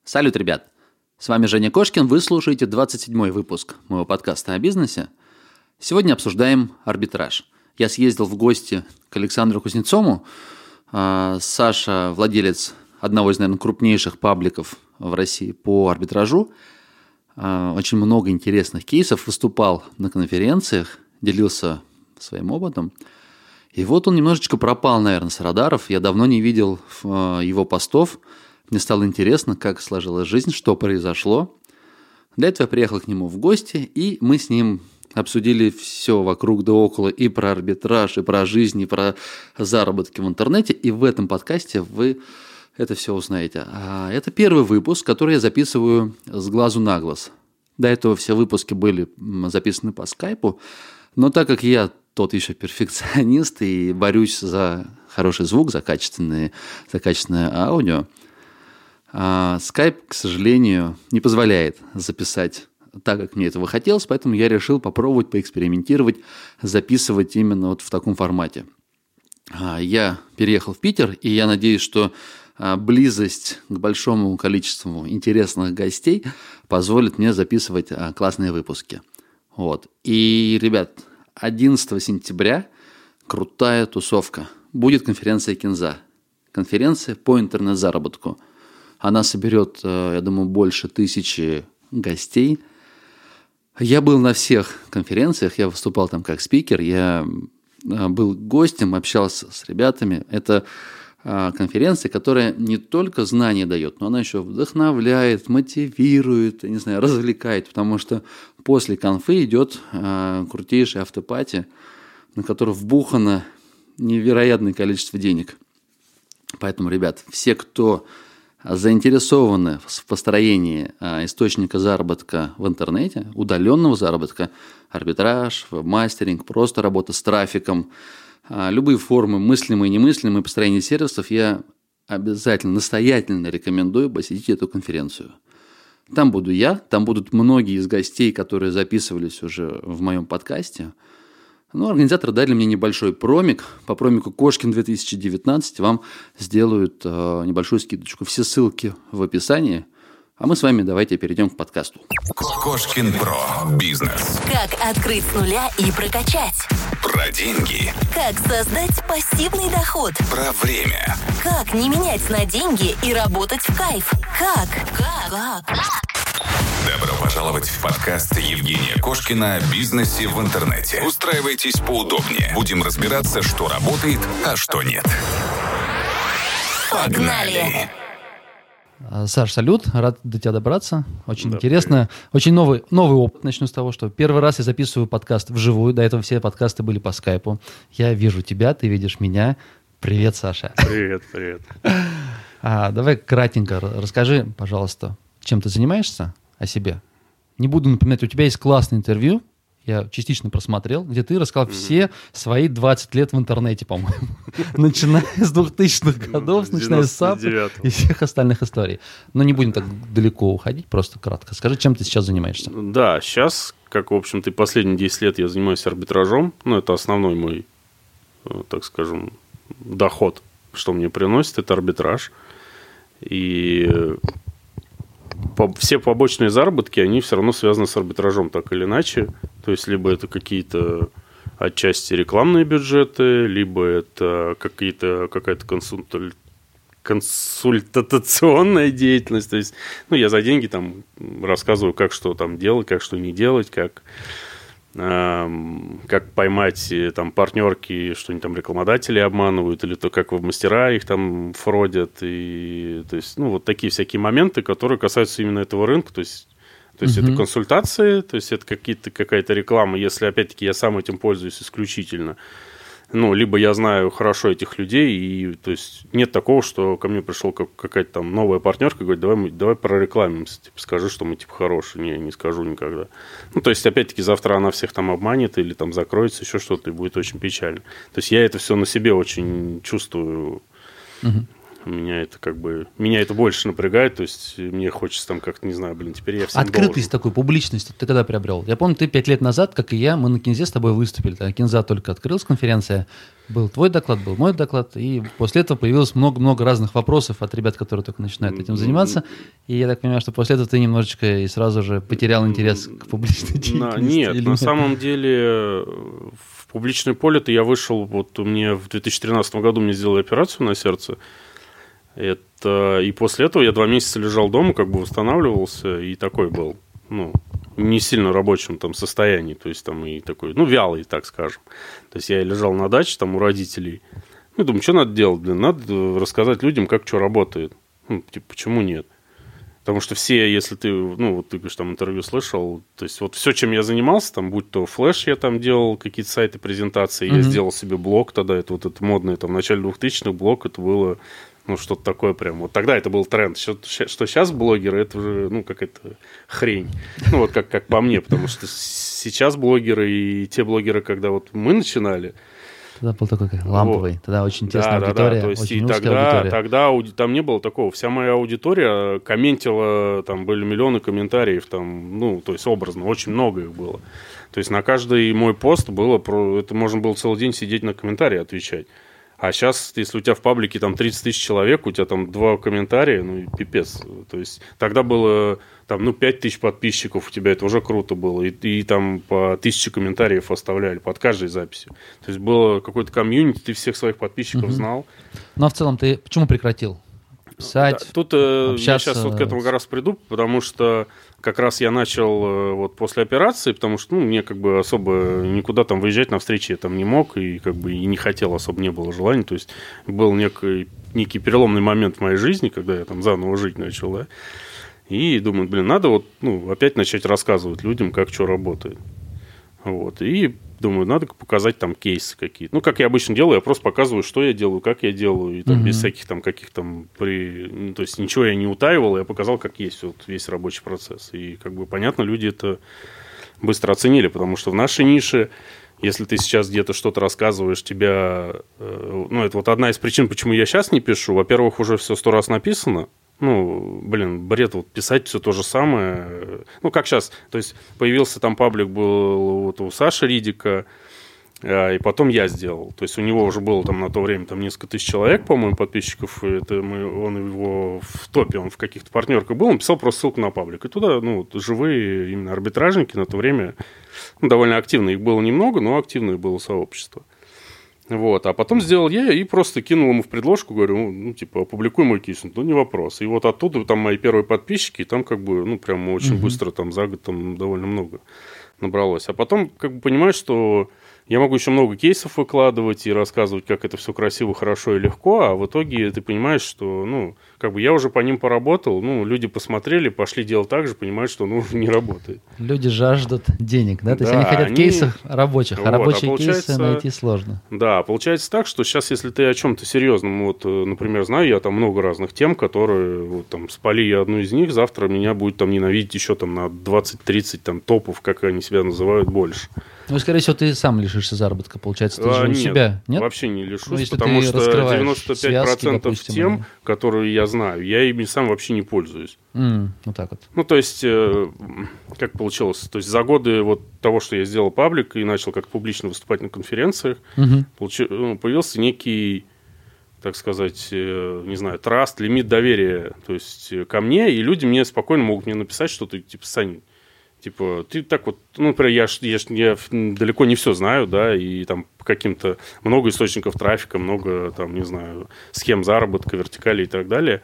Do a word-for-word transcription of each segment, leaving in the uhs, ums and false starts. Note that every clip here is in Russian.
Салют, ребят! С вами Женя Кошкин, вы слушаете двадцать седьмой выпуск моего подкаста о бизнесе. Сегодня обсуждаем арбитраж. Я съездил в гости к Александру Кузнецову. Саша – владелец одного из, наверное, крупнейших пабликов в России по арбитражу. Очень много интересных кейсов, выступал на конференциях, делился своим опытом. И вот он немножечко пропал, наверное, с радаров. Я давно не видел его постов. Мне стало интересно, как сложилась жизнь, что произошло. Для этого я приехал к нему в гости, и мы с ним обсудили все вокруг да около, и про арбитраж, и про жизнь, и про заработки в интернете. И в этом подкасте вы это все узнаете. А это первый выпуск, который я записываю с глазу на глаз. До этого все выпуски были записаны по скайпу, но так как я тот еще перфекционист и борюсь за хороший звук, за качественное, за качественное аудио, скайп, к сожалению, не позволяет записать так, как мне этого хотелось, поэтому я решил попробовать поэкспериментировать, записывать именно вот в таком формате. Я переехал в Питер, и я надеюсь, что близость к большому количеству интересных гостей позволит мне записывать классные выпуски. Вот. И, ребят, одиннадцатого сентября крутая тусовка. Будет конференция Кинза. Конференция по интернет-заработку. Она соберет, я думаю, больше тысячи гостей. Я был на всех конференциях, я выступал там как спикер, я был гостем, общался с ребятами. Это конференция, которая не только знания дает, но она еще вдохновляет, мотивирует, я не знаю, развлекает, потому что после конфы идет крутейшая автопати, на которую вбухано невероятное количество денег. Поэтому, ребят, все, кто заинтересованы в построении источника заработка в интернете, удаленного заработка, арбитраж, веб-мастеринг, просто работа с трафиком, любые формы мыслимые и немыслимые построения сервисов, я обязательно, настоятельно рекомендую посетить эту конференцию. Там буду я, там будут многие из гостей, которые записывались уже в моем подкасте. Но организаторы дали мне небольшой промик. По промику Кошкин две тысячи девятнадцать вам сделают э, небольшую скидочку. Все ссылки в описании. А мы с вами давайте перейдем к подкасту. Кошкин Про. Бизнес. Как открыть с нуля и прокачать. Про деньги. Как создать пассивный доход. Про время. Как не менять на деньги и работать в кайф. Как? Как? Как? Добро пожаловать в подкаст Евгения Кошкина о бизнесе в интернете. Устраивайтесь поудобнее. Будем разбираться, что работает, а что нет. Погнали! Саш, салют, рад до тебя добраться. Очень да, интересно. Привет. Очень новый, новый опыт. Начну с того, что первый раз я записываю подкаст вживую. До этого все подкасты были по скайпу. Я вижу тебя, ты видишь меня. Привет, Саша. Привет, привет. А, давай кратенько расскажи, пожалуйста, чем ты занимаешься, о себе. Не буду напоминать, у тебя есть классное интервью, я частично просмотрел, где ты рассказал mm-hmm. все свои двадцать лет в интернете, по-моему. Начиная с двухтысячных годов, начиная с САПа и всех остальных историй. Но не будем так далеко уходить, просто кратко. Скажи, чем ты сейчас занимаешься? Да, сейчас, как, в общем-то, последние десять лет я занимаюсь арбитражом. Ну, это основной мой, так скажем, доход, что мне приносит, это арбитраж. И все побочные заработки, они все равно связаны с арбитражом, так или иначе. То есть, либо это какие-то отчасти рекламные бюджеты, либо это какие-то, какая-то консуль... консультационная деятельность. То есть, ну, я за деньги там рассказываю, как что там делать, как что не делать, как, э, как поймать там партнерки, что они там рекламодатели обманывают, или то, как веб-мастера их там фродят. И, то есть, ну, вот такие всякие моменты, которые касаются именно этого рынка. То есть, то есть mm-hmm. это консультации, то есть это какие-то, какая-то реклама, если, опять-таки, я сам этим пользуюсь исключительно. Ну, либо я знаю хорошо этих людей, и то есть нет такого, что ко мне пришел какая-то там новая партнерка и говорит, давай, мы, давай прорекламимся, типа, скажи, что мы типа хорошие. Не, не скажу никогда. Ну, то есть, опять-таки, завтра она всех там обманет или там закроется, еще что-то, и будет очень печально. То есть я это все на себе очень чувствую. Mm-hmm. Меня это как бы, меня это больше напрягает, то есть мне хочется там как-то, не знаю, блин, теперь я всем Открытость должен. такой, публичность ты когда приобрел? Я помню, ты пять лет назад, как и я, мы на Кинзе с тобой выступили. Тогда Кинза только открылась конференция, был твой доклад, был мой доклад, и после этого появилось много-много разных вопросов от ребят, которые только начинают этим заниматься. И я так понимаю, что после этого ты немножечко и сразу же потерял интерес к публичной деятельности. Нет, или на самом деле в публичное поле-то я вышел, вот у меня в две тысячи тринадцатом году мне сделали операцию на сердце. Это... И после этого я два месяца лежал дома, как бы восстанавливался, и такой был, ну, не сильно рабочем там состоянии, то есть там и такой, ну, вялый, так скажем. То есть я лежал на даче там у родителей, ну, думаю, что надо делать, блин, надо рассказать людям, как что работает. Ну, типа, почему нет? Потому что все, если ты, ну, вот ты говоришь, там интервью слышал, то есть вот все, чем я занимался, там, будь то флеш, я там делал какие-то сайты, презентации, mm-hmm. я сделал себе блог тогда, это вот это модное, там, в начале двухтысячных блог, это было... Ну, что-то такое прям. Вот тогда это был тренд. Что, что сейчас блогеры, это уже, ну, какая-то хрень. Ну, вот как, как по мне. Потому что сейчас блогеры и те блогеры, когда вот мы начинали... Тогда был такой как ламповый. Вот. Тогда очень тесная да, аудитория, да, да. То есть очень и узкая тогда, аудитория. Тогда ауди... там не было такого. Вся моя аудитория комментила, там были миллионы комментариев, там, ну, то есть образно, очень много их было. То есть на каждый мой пост было... Про... Это можно было целый день сидеть на комментарии отвечать. А сейчас, если у тебя в паблике там тридцать тысяч человек, у тебя там два комментария, ну, пипец. То есть тогда было там, ну, пять тысяч подписчиков, у тебя это уже круто было. И, и там по тысяче комментариев оставляли под каждой записью. То есть было какое-то комьюнити, ты всех своих подписчиков угу. знал. Ну, а в целом ты почему прекратил? Писать, да, тут э, общаться... я сейчас вот к этому как раз приду, потому что как раз я начал э, вот после операции, потому что, ну, мне как бы особо никуда там выезжать на встречи я там не мог, и как бы и не хотел, особо не было желания, то есть был некий, некий переломный момент в моей жизни, когда я там заново жить начал, да, и думаю, блин, надо вот, ну, опять начать рассказывать людям, как что работает, вот, и... Думаю, надо показать там кейсы какие-то. Ну, как я обычно делаю, я просто показываю, что я делаю, как я делаю, и там, mm-hmm. без всяких там каких там... При... Ну, то есть ничего я не утаивал, я показал, как есть вот весь рабочий процесс. И как бы понятно, люди это быстро оценили, потому что в нашей нише, если ты сейчас где-то что-то рассказываешь, тебя... Ну, это вот одна из причин, почему я сейчас не пишу. Во-первых, уже все сто раз написано. Ну, блин, бред, вот писать все то же самое. Ну, как сейчас, то есть появился там паблик, был вот у Саши Ридика, и потом я сделал. То есть у него уже было там на то время там несколько тысяч человек, по-моему, подписчиков. Это мы, он его в топе, он в каких-то партнерках был, он писал просто ссылку на паблик. И туда, ну, вот, живые именно арбитражники на то время, ну, довольно активно. Их было немного, но активное было сообщество. Вот, а потом сделал я и просто кинул ему в предложку, говорю, ну, типа, опубликуй мой кейс, ну, не вопрос. И вот оттуда там мои первые подписчики, и там как бы, ну, прям очень mm-hmm. быстро, там, за год там довольно много набралось. А потом, как бы, понимаешь, что я могу еще много кейсов выкладывать и рассказывать, как это все красиво, хорошо и легко, а в итоге ты понимаешь, что, ну, как бы я уже по ним поработал, ну, люди посмотрели, пошли делать так же, понимают, что, ну, не работает. Люди жаждут денег, да? То да, есть они хотят они... кейсов рабочих, вот, а рабочие а кейсы найти сложно. Да, получается так, что сейчас, если ты о чем-то серьезном, вот, например, знаю я там много разных тем, которые, вот, там, спали я одну из них, завтра меня будет там ненавидеть еще там на двадцать-тридцать там топов, как они себя называют, больше. Ну, скорее всего, ты сам лишишься заработка, получается, ты а, же у нет, себя, нет? Вообще не лишусь, ну, потому что девяносто пять процентов связки, тем, допустим, которые я знаю, я ими сам вообще не пользуюсь. Mm, вот так вот. Ну, то есть, э, как получилось? То есть, за годы вот того, что я сделал паблик и начал как публично выступать на конференциях, mm-hmm. получи, ну, появился некий, так сказать, э, не знаю, траст, лимит доверия, то есть, ко мне, и люди мне спокойно могут мне написать что-то, типа, Сань, типа, ты так вот, ну, например, я, я, я далеко не все знаю, да, и там по каким-то много источников трафика, много, там, не знаю, схем заработка, вертикали и так далее.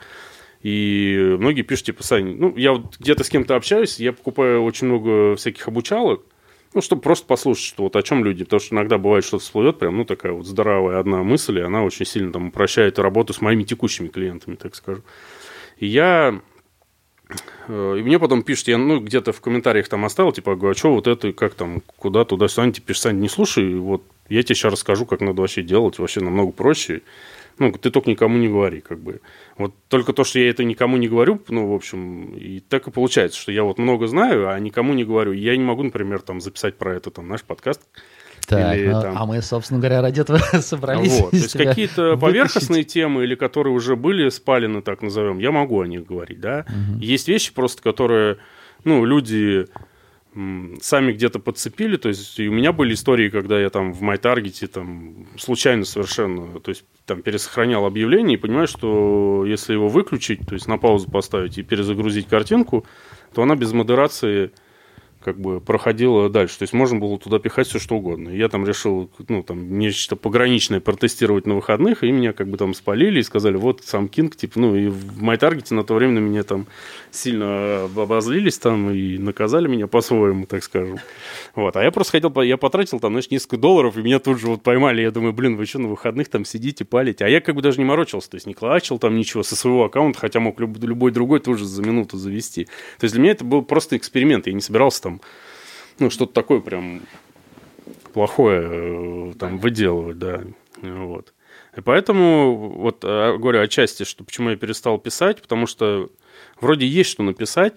И многие пишут, типа, Сань, ну, я вот где-то с кем-то общаюсь, я покупаю очень много всяких обучалок, ну, чтобы просто послушать, что вот о чем люди, потому что иногда бывает что-то всплывет, прям, ну, такая вот здоровая одна мысль, и она очень сильно там упрощает работу с моими текущими клиентами, так скажем. И я... И мне потом пишут, я, ну, где-то в комментариях там оставил, типа, говорю, а что вот это, как там, куда, туда, сюда, они тебе пишут, Сань, не слушай, вот, я тебе сейчас расскажу, как надо вообще делать, вообще намного проще, ну, ты только никому не говори, как бы, вот, только то, что я это никому не говорю, ну, в общем, и так и получается, что я вот много знаю, а никому не говорю, я не могу, например, там, записать про это, там, наш подкаст, Так, или, ну, там... а мы, собственно говоря, ради этого собрались. Вот. То есть какие-то вытащить. поверхностные темы, или которые уже были спалены, так назовем, я могу о них говорить, да. Угу. Есть вещи просто, которые, ну, люди м, сами где-то подцепили, то есть и у меня были истории, когда я там в MyTarget там случайно совершенно, то есть там пересохранял объявление и понимаю, что если его выключить, то есть на паузу поставить и перезагрузить картинку, то она без модерации как бы проходила дальше. То есть можно было туда пихать все, что угодно. И я там решил, ну, там, нечто пограничное протестировать на выходных, и меня как бы там спалили и сказали, вот сам Кинг, типа, ну, и в MyTarget на то время на меня там сильно обозлились там и наказали меня по-своему, так скажем. Вот. А я просто хотел, я потратил там, знаешь, несколько долларов, и меня тут же вот поймали. Я думаю, блин, вы что, на выходных там сидите, палите? А я как бы даже не морочился, то есть не клачил там ничего со своего аккаунта, хотя мог люб- любой другой тоже за минуту завести. То есть для меня это был просто эксперимент. Я не собирался там ну, что-то такое прям плохое там выделывать, да, вот. И поэтому, вот, говорю отчасти, что почему я перестал писать, потому что вроде есть что написать,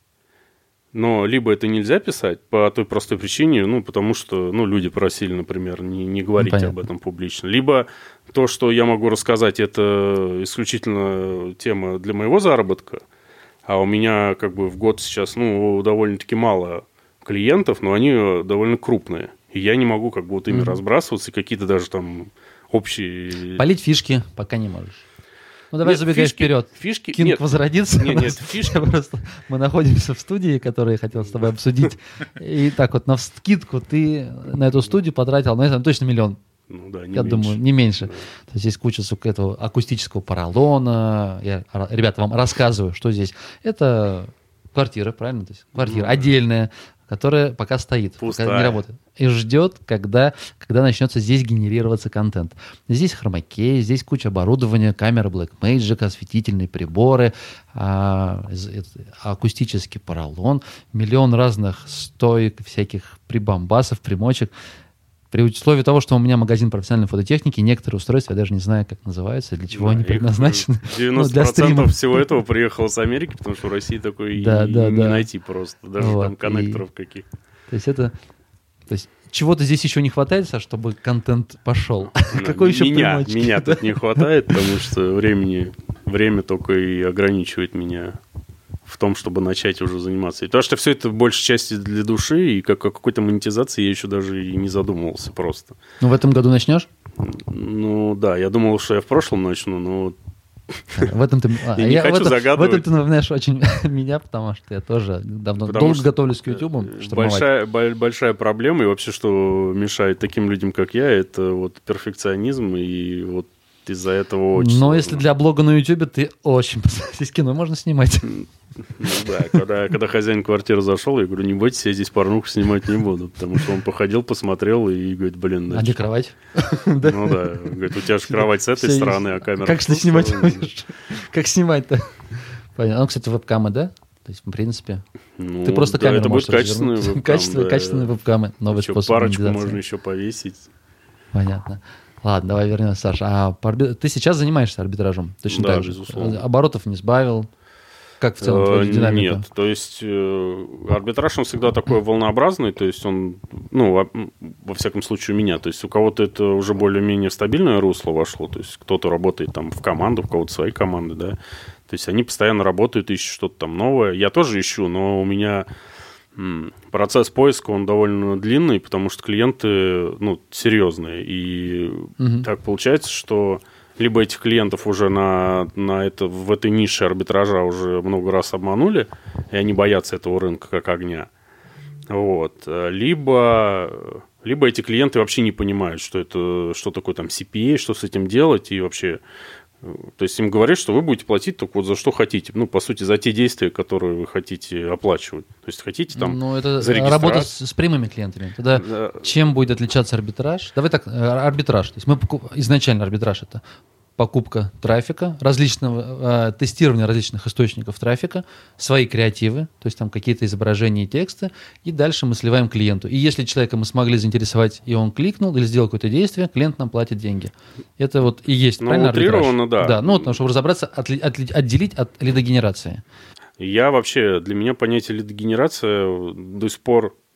но либо это нельзя писать по той простой причине, ну, потому что, ну, люди просили, например, не, не говорить ну, об этом публично, либо то, что я могу рассказать, это исключительно тема для моего заработка, а у меня как бы в год сейчас, ну, довольно-таки мало клиентов, но они довольно крупные. И я не могу как бы вот ими mm-hmm. разбрасываться, какие-то даже там общие... Полить фишки пока не можешь. Ну, давай забегай вперед. Фишки... Кинг нет. возродится. Нет, нет, фишки... Просто... Мы находимся в студии, которую я хотел с тобой обсудить. И так вот, на вскидку ты на эту студию потратил, ну, это точно миллион. Ну, да, не я меньше. думаю, не меньше. Да. То есть есть куча этого акустического поролона. Я, ребята, вам рассказываю, что здесь. Это квартира, правильно? То есть квартира ну, отдельная, которая пока стоит, пустая. Пока не работает. И ждет, когда, когда начнется здесь генерироваться контент. Здесь хромакей, здесь куча оборудования, камеры Blackmagic, осветительные приборы, а, акустический поролон, миллион разных стоек, всяких прибамбасов, примочек. При условии того, что у меня магазин профессиональной фототехники, некоторые устройства, я даже не знаю, как называются, для чего да, они предназначены. девяносто процентов ну, всего этого приехало с Америки, потому что в России такое да, и да, не да. найти просто, даже вот, там коннекторов и... каких. То есть это... То есть чего-то здесь еще не хватает, Саш, чтобы контент пошел. Какой еще меня, меня тут не хватает, потому что времени, время только и ограничивает меня в том, чтобы начать уже заниматься. И то, что все это в большей части для души, и как о какой-то монетизации я еще даже и не задумывался просто. Ну, в этом году начнешь? Ну, да, я думал, что я в прошлом начну, но... В этом ты... Я не хочу загадывать. В этом ты напоминаешь очень меня, потому что я тоже давно долго готовлюсь к YouTube. Большая, большая проблема, и вообще, что мешает таким людям, как я, это вот перфекционизм, и вот из-за этого очень... Но если для блога на YouTube ты очень... Здесь кино можно снимать. Ну да, когда, когда хозяин квартиры зашел, я говорю, не бойтесь, я здесь порнуху снимать не буду, потому что он походил, посмотрел и говорит, блин... Значит... А где кровать? Ну да, говорит, у тебя же кровать с этой стороны, а камера... Как ты снимать будешь? Как снимать-то? Понятно. Ну, кстати, вебкамы, да? То есть, в принципе, ну, ты просто да, камеру это можешь будет качественный вебкам, Качественные, да. качественные вебкамы, новый еще способ парочку монетизации. Можно еще повесить. Понятно. Ладно, давай вернемся, Саша. А арби... ты сейчас занимаешься арбитражем? Точно да, так же? Безусловно. Оборотов не сбавил? Как в целом твоя динамика? Нет, то есть э, арбитраж, он всегда такой волнообразный, то есть он, ну, во, во всяком случае у меня, то есть у кого-то это уже более-менее стабильное русло вошло, то есть кто-то работает там в команду, у кого-то свои команды, да, то есть они постоянно работают, ищут что-то там новое. Я тоже ищу, но у меня м, процесс поиска, он довольно длинный, потому что клиенты, ну, серьезные, и угу. так получается, что... Либо этих клиентов уже на, на это, в этой нише арбитража уже много раз обманули, и они боятся этого рынка как огня. Вот. Либо, либо эти клиенты вообще не понимают, что, это, что такое там си пи эй, что с этим делать, и вообще... То есть им говорят, что вы будете платить только вот за что хотите. Ну, по сути, за те действия, которые вы хотите оплачивать. То есть хотите там ну, это за работа с, с прямыми клиентами. Тогда да. Чем будет отличаться арбитраж? Давай так, арбитраж. То есть мы изначально арбитраж это покупка трафика, различного, э, тестирование различных источников трафика, свои креативы, то есть там какие-то изображения и тексты, и дальше мы сливаем клиенту. И если человека мы смогли заинтересовать, и он кликнул или сделал какое-то действие, клиент нам платит деньги. Это вот и есть, ну, правильно, утрированно, арбитраж? да. Да, ну, вот, чтобы разобраться, отли, отли, отделить от лидогенерации. Я вообще, для меня понятие лидогенерация до сих пор...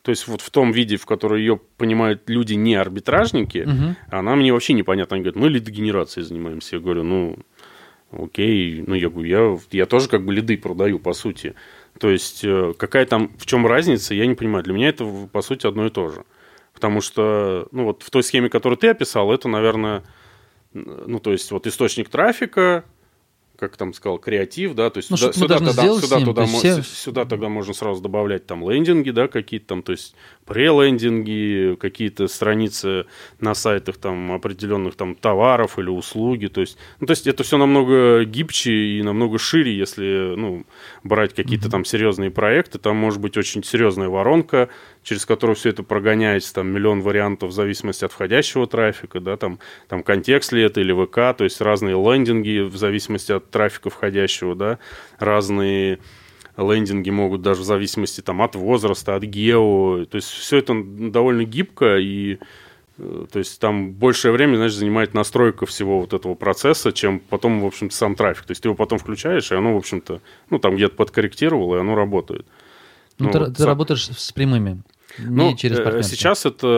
То есть вот в том виде, в котором ее понимают люди не арбитражники, угу. она мне вообще непонятна. Они говорят, мы лидогенерацией занимаемся. Я говорю, ну, окей. Ну, я говорю, я, я тоже как бы лиды продаю, по сути. То есть какая там, в чем разница, я не понимаю. Для меня это, по сути, одно и то же. Потому что, ну, вот в той схеме, которую ты описал, это, наверное, ну, то есть вот источник трафика, как там сказал, креатив, да, то есть ну, сюда, сюда, тогда, сюда, ним, туда, все... сюда тогда можно сразу добавлять там лендинги, да, какие-то там, то есть прелендинги, какие-то страницы на сайтах там определенных там товаров или услуги, то есть, ну, то есть это все намного гибче и намного шире, если, ну, брать какие-то mm-hmm. там серьезные проекты, там может быть очень серьезная воронка, через которую все это прогоняется, там миллион вариантов в зависимости от входящего трафика, да, там, там контекст ли это или ВК, то есть разные лендинги в зависимости от трафика входящего, да, разные лендинги могут даже в зависимости там, от возраста, от гео, то есть все это довольно гибко, и то есть там большее время, значит, занимает настройка всего вот этого процесса, чем потом, в общем-то, сам трафик. То есть ты его потом включаешь, и оно, в общем-то, ну, там где-то подкорректировало, и оно работает. Ну, ну ты, вот, ты сам... работаешь с прямыми, не ну, через партнерство. Сейчас это,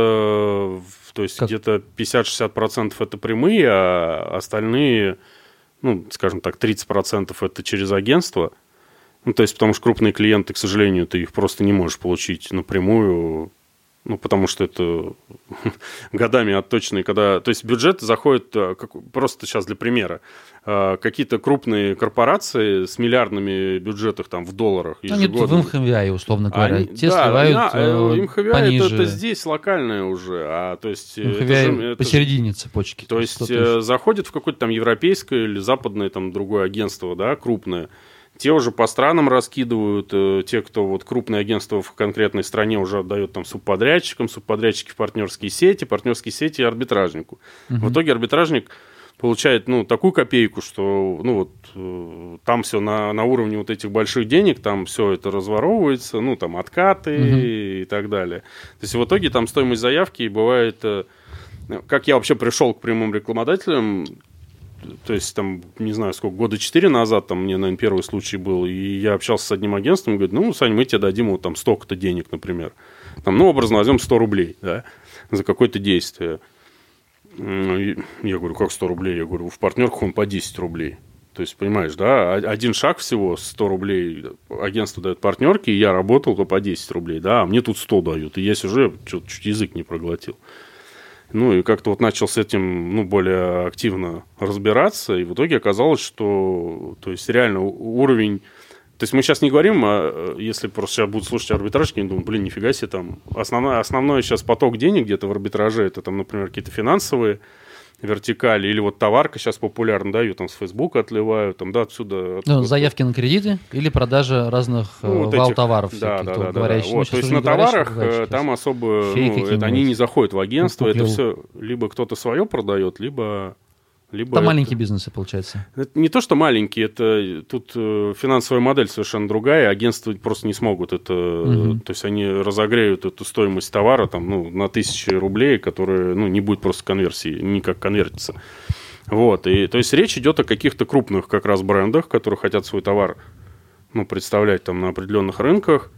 то есть как? Где-то пятьдесят-шестьдесят процентов это прямые, а остальные, ну, скажем так, тридцать процентов это через агентство. Ну, то есть, потому что крупные клиенты, к сожалению, ты их просто не можешь получить напрямую, ну, потому что это годами отточенные, когда... То есть, бюджет заходит, как, просто сейчас для примера, какие-то крупные корпорации с миллиардными бюджетах там в долларах ежегодно. Они в эм эйч ви ай, условно говоря, Они, те да, сливают на, эм эйч ви ай пониже. Это, это здесь локальное уже, а то есть... эм эйч ви ай это же, посередине это, цепочки. То есть, есть заходит в какое-то там европейское или западное там другое агентство, да, крупное. Те уже по странам раскидывают, те, кто вот крупное агентство в конкретной стране уже отдает там субподрядчикам, субподрядчики в партнерские сети, партнерские сети арбитражнику. Uh-huh. В итоге арбитражник получает, ну, такую копейку, что, ну, вот там все на, на уровне вот этих больших денег, там все это разворовывается, ну, там откаты uh-huh. и так далее. То есть в итоге там стоимость заявки бывает... Как я вообще пришел к прямым рекламодателям... То есть, там, не знаю, сколько, года четыре назад, там, мне, наверное, первый случай был, и я общался с одним агентством, и говорит, ну, Сань, мы тебе дадим вот там столько-то денег, например. Там, ну, образно возьмем сто рублей, да, за какое-то действие. Я говорю, как сто рублей? Я говорю, в партнерках он по десять рублей. То есть, понимаешь, да, один шаг всего, сто рублей агентство дает партнерке, и я работал, то по десять рублей, да, а мне тут сто дают, и я сижу, что-то чуть язык не проглотил. Ну, и как-то вот начал с этим, ну, более активно разбираться, и в итоге оказалось, что, то есть, реально уровень... То есть, мы сейчас не говорим, а если просто сейчас будут слушать арбитражники, они думают, блин, нифига себе, там, основной, основной сейчас поток денег где-то в арбитраже, это, там, например, какие-то финансовые вертикали, или вот товарка сейчас популярна, да, ее там с Фейсбука отливают, там, да, отсюда... Ну, заявки на кредиты или продажа разных ну, вот вау-товаров. Да, да, да, да, да. Вот, то есть на товарах говорящих, там особо, ну, это, они не заходят в агентство, ну, это все либо кто-то свое продает, либо... Либо это, это маленькие это... бизнесы, получается. Это не то, что маленькие, это тут финансовая модель совершенно другая, агентства просто не смогут это, угу. То есть они разогреют эту стоимость товара там, ну, на тысячи рублей, которая, ну, не будет просто конверсии, никак конвертиться. Вот, и то есть речь идет о каких-то крупных как раз брендах, которые хотят свой товар, ну, представлять там на определенных рынках.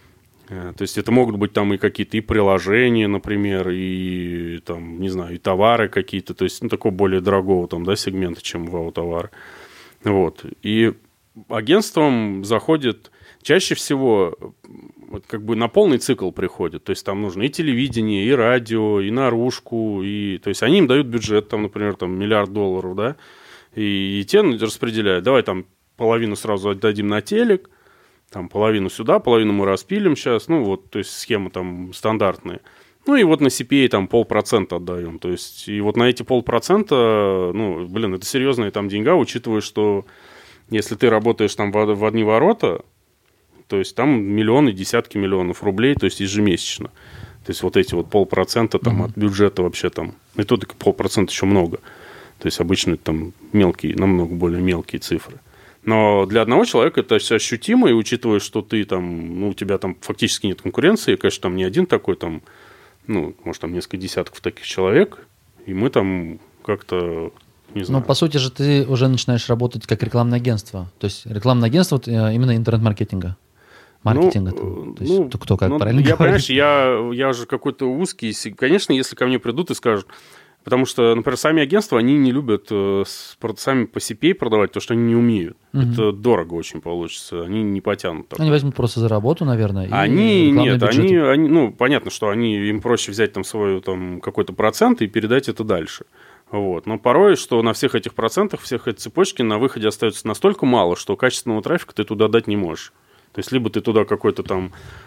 То есть это могут быть там и какие-то и приложения, например, и там, не знаю, и товары какие-то, то есть, ну, такого более дорогого там, да, сегмента, чем вау-товары. Вот. И агентством заходит чаще всего вот, как бы на полный цикл приходит. То есть там нужно и телевидение, и радио, и наружку, и то есть они им дают бюджет, там, например, там миллиард долларов, да, и, и те распределяют. Давай там половину сразу отдадим на телек, там половину сюда, половину мы распилим сейчас, ну вот, то есть схемы там стандартные. Ну и вот на си пи эй там полпроцента отдаем, то есть и вот на эти полпроцента, ну, блин, это серьезные там деньга, учитывая, что если ты работаешь там в, в одни ворота, то есть там миллионы, десятки миллионов рублей, то есть ежемесячно. То есть вот эти вот полпроцента там mm-hmm. от бюджета вообще там, и то полпроцента еще много. То есть обычно это там мелкие, намного более мелкие цифры. Но для одного человека это ощутимо, и учитывая, что ты там, ну, у тебя там фактически нет конкуренции, конечно, там не один такой, там, ну, может, там несколько десятков таких человек, и мы там как-то, не знаю. Ну, по сути же, ты уже начинаешь работать как рекламное агентство, то есть рекламное агентство вот, именно интернет-маркетинга. Маркетинг ну, это? То есть ну, кто как ну, правильно я, говорит? понимаешь, я, я же какой-то узкий. Конечно, если ко мне придут и скажут... Потому что, например, сами агентства, они не любят э, с, сами по си пи эй продавать, потому что они не умеют. Угу. Это дорого очень получится. Они не потянут. Такое. Они возьмут просто за работу, наверное, и Они, нет, они, бюджет. они, ну, понятно, что они, им проще взять там свой там, какой-то процент и передать это дальше. Вот. Но порой, что на всех этих процентах, всех этой цепочки на выходе остается настолько мало, что качественного трафика ты туда дать не можешь. То есть, либо ты туда какой-то там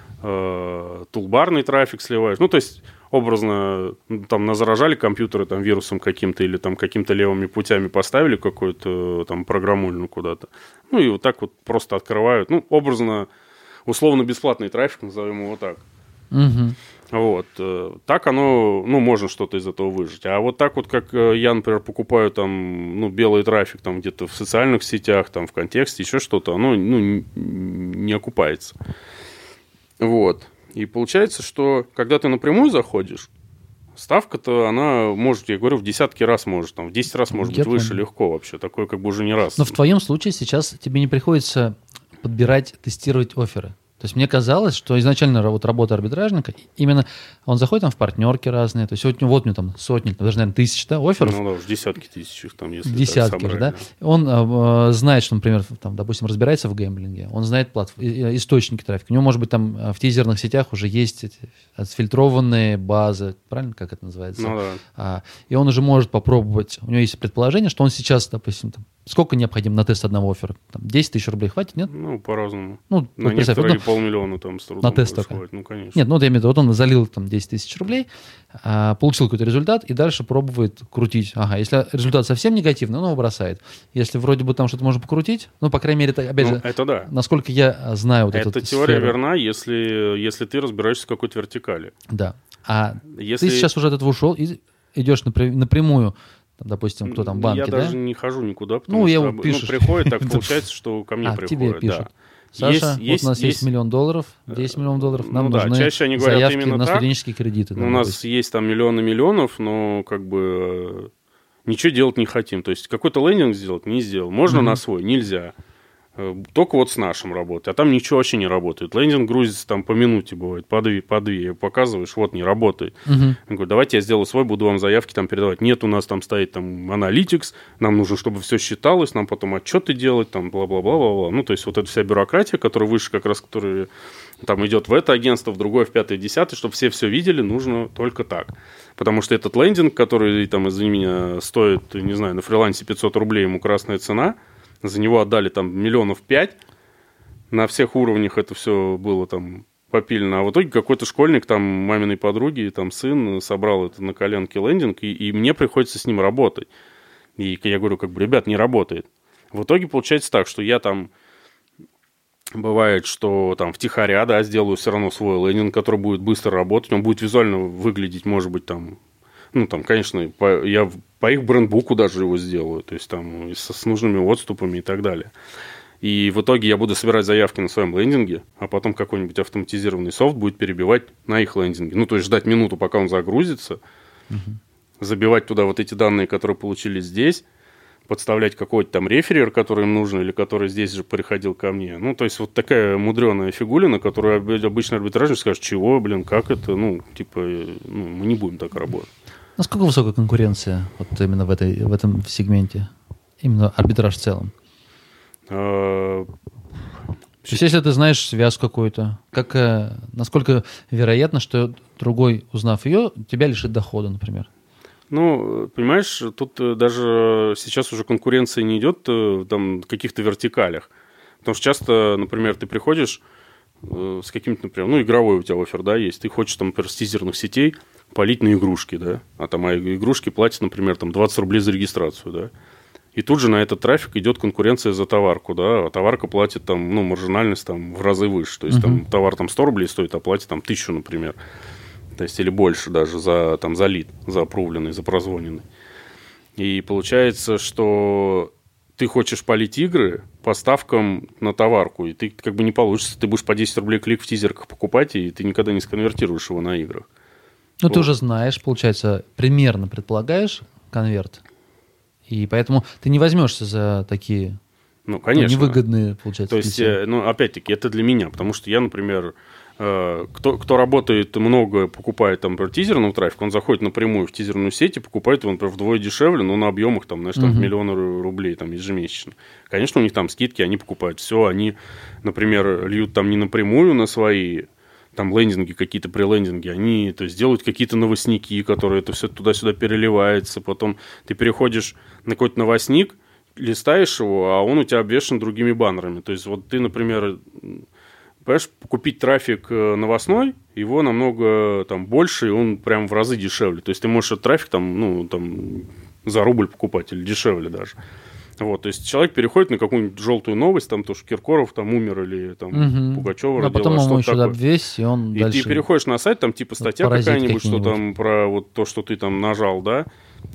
э, тулбарный трафик сливаешь. Ну, то есть... образно, там, назаражали компьютеры там, вирусом каким-то или там какими-то левыми путями поставили какую-то там программульну куда-то. Ну, и вот так вот просто открывают. Ну, образно, условно-бесплатный трафик, назовем его так. Угу. Вот. Так оно, ну, можно что-то из этого выжать. А вот так вот, как я, например, покупаю там, ну, белый трафик там где-то в социальных сетях, там, в контексте, еще что-то, оно, ну, не окупается. Вот. И получается, что когда ты напрямую заходишь, ставка-то, она может, я говорю, в десятки раз может, там, в десять раз может я быть выше понял. легко вообще. Такое как бы уже не раз. Но в твоем случае сейчас тебе не приходится подбирать, тестировать офферы. То есть мне казалось, что изначально вот работа арбитражника, именно он заходит там в партнерки разные, то есть вот, вот у него там сотни, даже, наверное, тысяч да, офферов. Ну да, уж десятки тысяч их там, если Десятки так же, да. Он э, знает, что, например, там, допустим, разбирается в гэмблинге, он знает платф... источники трафика. У него, может быть, там в тизерных сетях уже есть эти отфильтрованные базы, правильно, как это называется? Ну да. А, и он уже может попробовать, у него есть предположение, что он сейчас, допустим, там, сколько необходимо на тест одного оффера? Там, десять тысяч рублей хватит, нет? Ну, по-разному. Ну, на вот некоторые ну, полмиллиона там с трудом на тест только. происходит. Ну, конечно. Нет, ну вот я имею в виду, вот он залил там десять тысяч рублей, а, получил какой-то результат и дальше пробует крутить. Ага, если результат совсем негативный, он его бросает. Если вроде бы там что-то можно покрутить, ну, по крайней мере, это, опять Ну, же, это да. насколько я знаю вот эту Эта теория сферу. верна, если, если ты разбираешься в какой-то вертикали. Да. А Если... ты сейчас уже от этого ушел и идешь напря- напрямую, там, допустим, кто там, банки, Я да? даже не хожу никуда, потому Ну, я что вот пишешь. ну, приходит, так получается, что ко мне А, к тебе приходит. пишут. Да. Саша, Есть- вот есть- у нас есть, есть- миллион долларов, десять миллионов долларов, нам Ну да, нужны чаще они говорят заявки именно на так. студенческие кредиты. Ну, там, у нас допустим. есть там миллионы миллионов, но как бы э, ничего делать не хотим. То есть какой-то лендинг сделать не сделал. Можно Мгм. на свой, нельзя. Э, Только вот с нашим работает. А там ничего вообще не работает. Лендинг грузится там по минуте бывает, по две, по две. Показываешь, вот не работает. Мгм. Я говорю, давайте я сделаю свой, буду вам заявки там передавать. Нет, у нас там стоит там Analytics, нам нужно, чтобы все считалось, нам потом отчеты делать, там бла-бла-бла-бла-бла. Ну, то есть вот эта вся бюрократия, которая выше как раз, которая там идет в это агентство, в другое, в пятое, десятое, чтобы все все видели, нужно только так. Потому что этот лендинг, который там, извини меня, стоит, не знаю, на фрилансе пятьсот рублей, ему красная цена, за него отдали там миллионов пять, на всех уровнях это все было там попилено, а в итоге какой-то школьник, там, маминой подруги, там, сын собрал это на коленке лендинг, и, и мне приходится с ним работать. И я говорю, как бы, ребят, не работает. В итоге получается так, что я там, бывает, что там втихаря, да, сделаю все равно свой лендинг, который будет быстро работать, он будет визуально выглядеть, может быть, там, ну, там, конечно, по, я по их брендбуку даже его сделаю, то есть там с, с нужными отступами и так далее. И в итоге я буду собирать заявки на своем лендинге, а потом какой-нибудь автоматизированный софт будет перебивать на их лендинге. Ну, то есть ждать минуту, пока он загрузится, угу. забивать туда вот эти данные, которые получили здесь, подставлять какой-то там реферер, который им нужен, или который здесь же приходил ко мне. Ну, то есть вот такая мудреная фигулина, которую обычно арбитражник скажет, чего, блин, как это, ну, типа, ну, мы не будем так работать. Насколько высокая конкуренция вот именно в, этой, в этом сегменте? Именно арбитраж в целом? А... То есть, если ты знаешь связку какую-то, как, э, насколько вероятно, что другой, узнав ее, тебя лишит дохода, например? Ну, понимаешь, тут даже сейчас уже конкуренция не идет там, в каких-то вертикалях. Потому что часто, например, ты приходишь с каким-то, например, ну, игровой у тебя оффер, да, есть, ты хочешь, там, например, с тизерных сетей палить на игрушки, да, а там а игрушки платят, например, там двадцать рублей за регистрацию, да. И тут же на этот трафик идет конкуренция за товарку, да, а товарка платит там, ну, маржинальность там в разы выше. То есть, uh-huh. там товар там сто рублей стоит, а платит там тысячу, например. То есть, или больше даже за, там, за лид, за опрувленный, за прозвоненный. И получается, что ты хочешь палить игры по ставкам на товарку, и ты как бы не получится. Ты будешь по десять рублей клик в тизерках покупать, и ты никогда не сконвертируешь его на играх. Ну, вот. Ты уже знаешь, получается, примерно предполагаешь конверт. И поэтому ты не возьмешься за такие Ну, конечно. Ну, невыгодные, получается. То есть, ну, опять-таки, это для меня, потому что я, например, кто, кто работает много, покупает, там, например, тизерный трафик, он заходит напрямую в тизерную сеть и покупает его, например, вдвое дешевле, но на объемах, там, знаешь, там, uh-huh. миллионы рублей там, ежемесячно. Конечно, у них там скидки, они покупают все, они, например, льют там не напрямую на свои там лендинги, какие-то прелендинги, они то есть, делают какие-то новостники, которые это все туда-сюда переливается, потом ты переходишь на какой-то новостник, листаешь его, а он у тебя обвешан другими баннерами. То есть, вот ты, например, понимаешь, купить трафик новостной, его намного там, больше, и он прям в разы дешевле. То есть, ты можешь этот трафик там, ну, там, за рубль покупать или дешевле даже. Вот, то есть, человек переходит на какую-нибудь желтую новость, там, то, что Киркоров там умер или там угу. Пугачева родила. А потом ему еще обвесь, и он и дальше... И ты переходишь на сайт, там, типа, статья какая-нибудь, что там про вот то, что ты там нажал, да,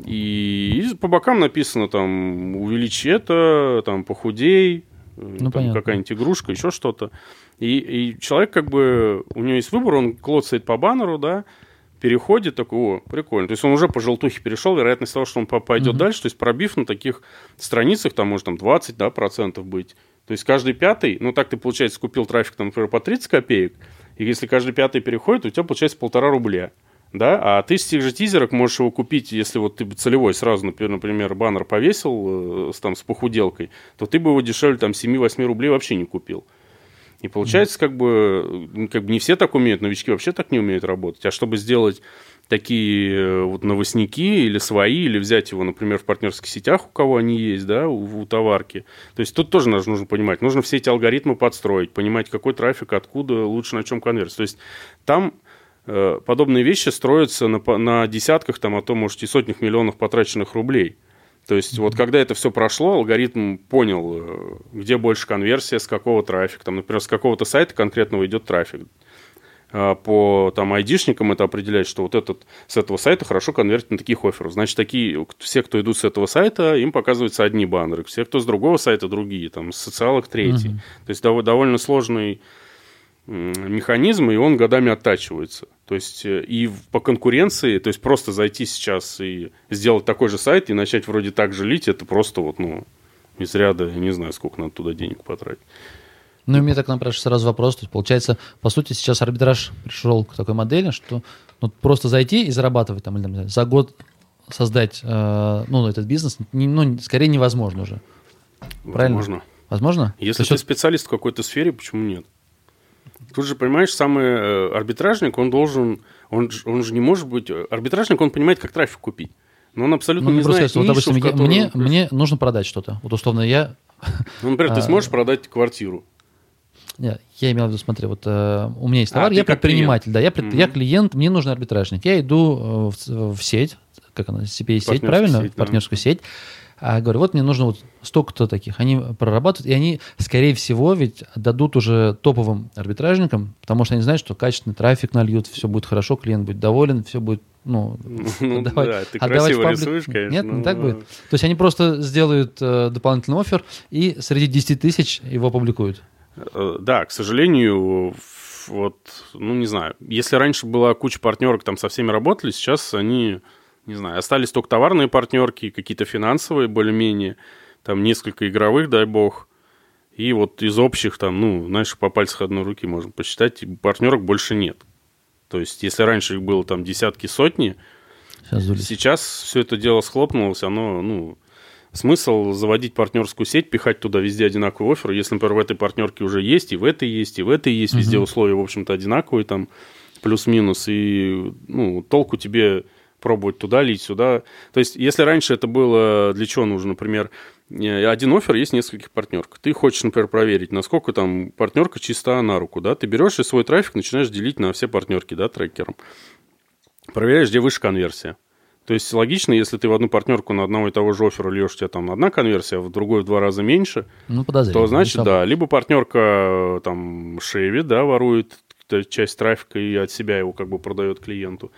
и, и по бокам написано там увеличь это, там, похудей, ну, там, какая-нибудь игрушка, еще что-то. И, и человек, как бы, у него есть выбор, он клоцает по баннеру, да, переходит, такой, о, прикольно. То есть он уже по желтухе перешел, вероятность того, что он пойдет uh-huh. дальше, то есть пробив на таких страницах, там может там двадцать да, процентов быть. То есть каждый пятый, ну так ты, получается, купил трафик, там, например, по тридцать копеек, и если каждый пятый переходит, у тебя получается полтора рубля. Да? А ты с тех же тизерок можешь его купить, если вот ты целевой сразу, например, баннер повесил э, с, там, с похуделкой, то ты бы его дешевле там, семь-восемь рублей вообще не купил. И получается, как бы, как бы не все так умеют, новички вообще так не умеют работать. А чтобы сделать такие вот новостники или свои, или взять его, например, в партнерских сетях, у кого они есть, да, у, у товарки. То есть тут тоже нужно понимать. Нужно все эти алгоритмы подстроить, понимать, какой трафик, откуда, лучше на чем конверсия. То есть там э, подобные вещи строятся на, на десятках, там, а то, может, и сотнях миллионов потраченных рублей. То есть, вот когда это все прошло, алгоритм понял, где больше конверсия, с какого трафика. Там, например, с какого-то сайта конкретного идет трафик. По там, айдишникам это определяет, что вот этот, с этого сайта хорошо конвертит на таких офферов. Значит, такие, все, кто идут с этого сайта, им показываются одни баннеры. Все, кто с другого сайта, другие. Там, с социалок третий. Uh-huh. То есть, дов- довольно сложный механизм, и он годами оттачивается. То есть, и по конкуренции, то есть, просто зайти сейчас и сделать такой же сайт и начать вроде так же лить, это просто вот, ну, из ряда, я не знаю, сколько надо туда денег потратить. Ну, и мне так напрашивается сразу вопрос. То есть, получается, по сути, сейчас арбитраж пришел к такой модели, что ну, просто зайти и зарабатывать там, или, там, за год создать э, ну, этот бизнес, не, ну, скорее невозможно уже. Правильно? Возможно. Возможно? Если ты специалист в какой-то сфере, почему нет? Тут же, понимаешь, самый э, арбитражник, он должен, он, он же не может быть, арбитражник, он понимает, как трафик купить. Но он абсолютно ну, не знает сказать, нишу, вот, допустим, которую... мне, мне нужно продать что-то. Вот условно я... Ну, например, ты сможешь продать квартиру? Нет, я имел в виду, смотри, вот э, у меня есть товар, а, я предприниматель, да, я, пред, mm-hmm. я клиент, мне нужен арбитражник. Я иду в, в сеть, как она, си пи эй-сеть, правильно? Сеть, в партнерскую да. сеть. А говорю, вот мне нужно вот столько-то таких. Они прорабатывают, и они, скорее всего, ведь дадут уже топовым арбитражникам, потому что они знают, что качественный трафик нальют, все будет хорошо, клиент будет доволен, все будет, ну, ну отдавать, да, ты красиво рисуешь, конечно. Нет, не так будет. То есть они просто сделают э, дополнительный оффер и среди десяти тысяч его опубликуют. Да, к сожалению, вот, ну, не знаю, если раньше была куча партнерок, там со всеми работали, сейчас они... Не знаю, остались только товарные партнерки, какие-то финансовые более-менее, там несколько игровых, дай бог. И вот из общих там, ну, знаешь, по пальцах одной руки можно посчитать, партнерок больше нет. То есть, если раньше их было там десятки, сотни, сейчас, сейчас все это дело схлопнулось, оно, ну, смысл заводить партнерскую сеть, пихать туда везде одинаковый оффер, если, например, в этой партнерке уже есть, и в этой есть, и в этой есть, везде uh-huh. условия, в общем-то, одинаковые, там, плюс-минус, и, ну, толку тебе... пробовать туда лить, сюда. То есть, если раньше это было, для чего нужно, например, один оффер, есть нескольких партнерок. Ты хочешь, например, проверить, насколько там партнерка чиста на руку, да, ты берешь и свой трафик начинаешь делить на все партнерки, да, трекером. Проверяешь, где выше конверсия. То есть, логично, если ты в одну партнерку на одного и того же оффера льешь, у тебя там одна конверсия, а в другой в два раза меньше, ну, то, значит, да, либо партнерка там шеви, да, ворует часть трафика и от себя его как бы продает клиенту.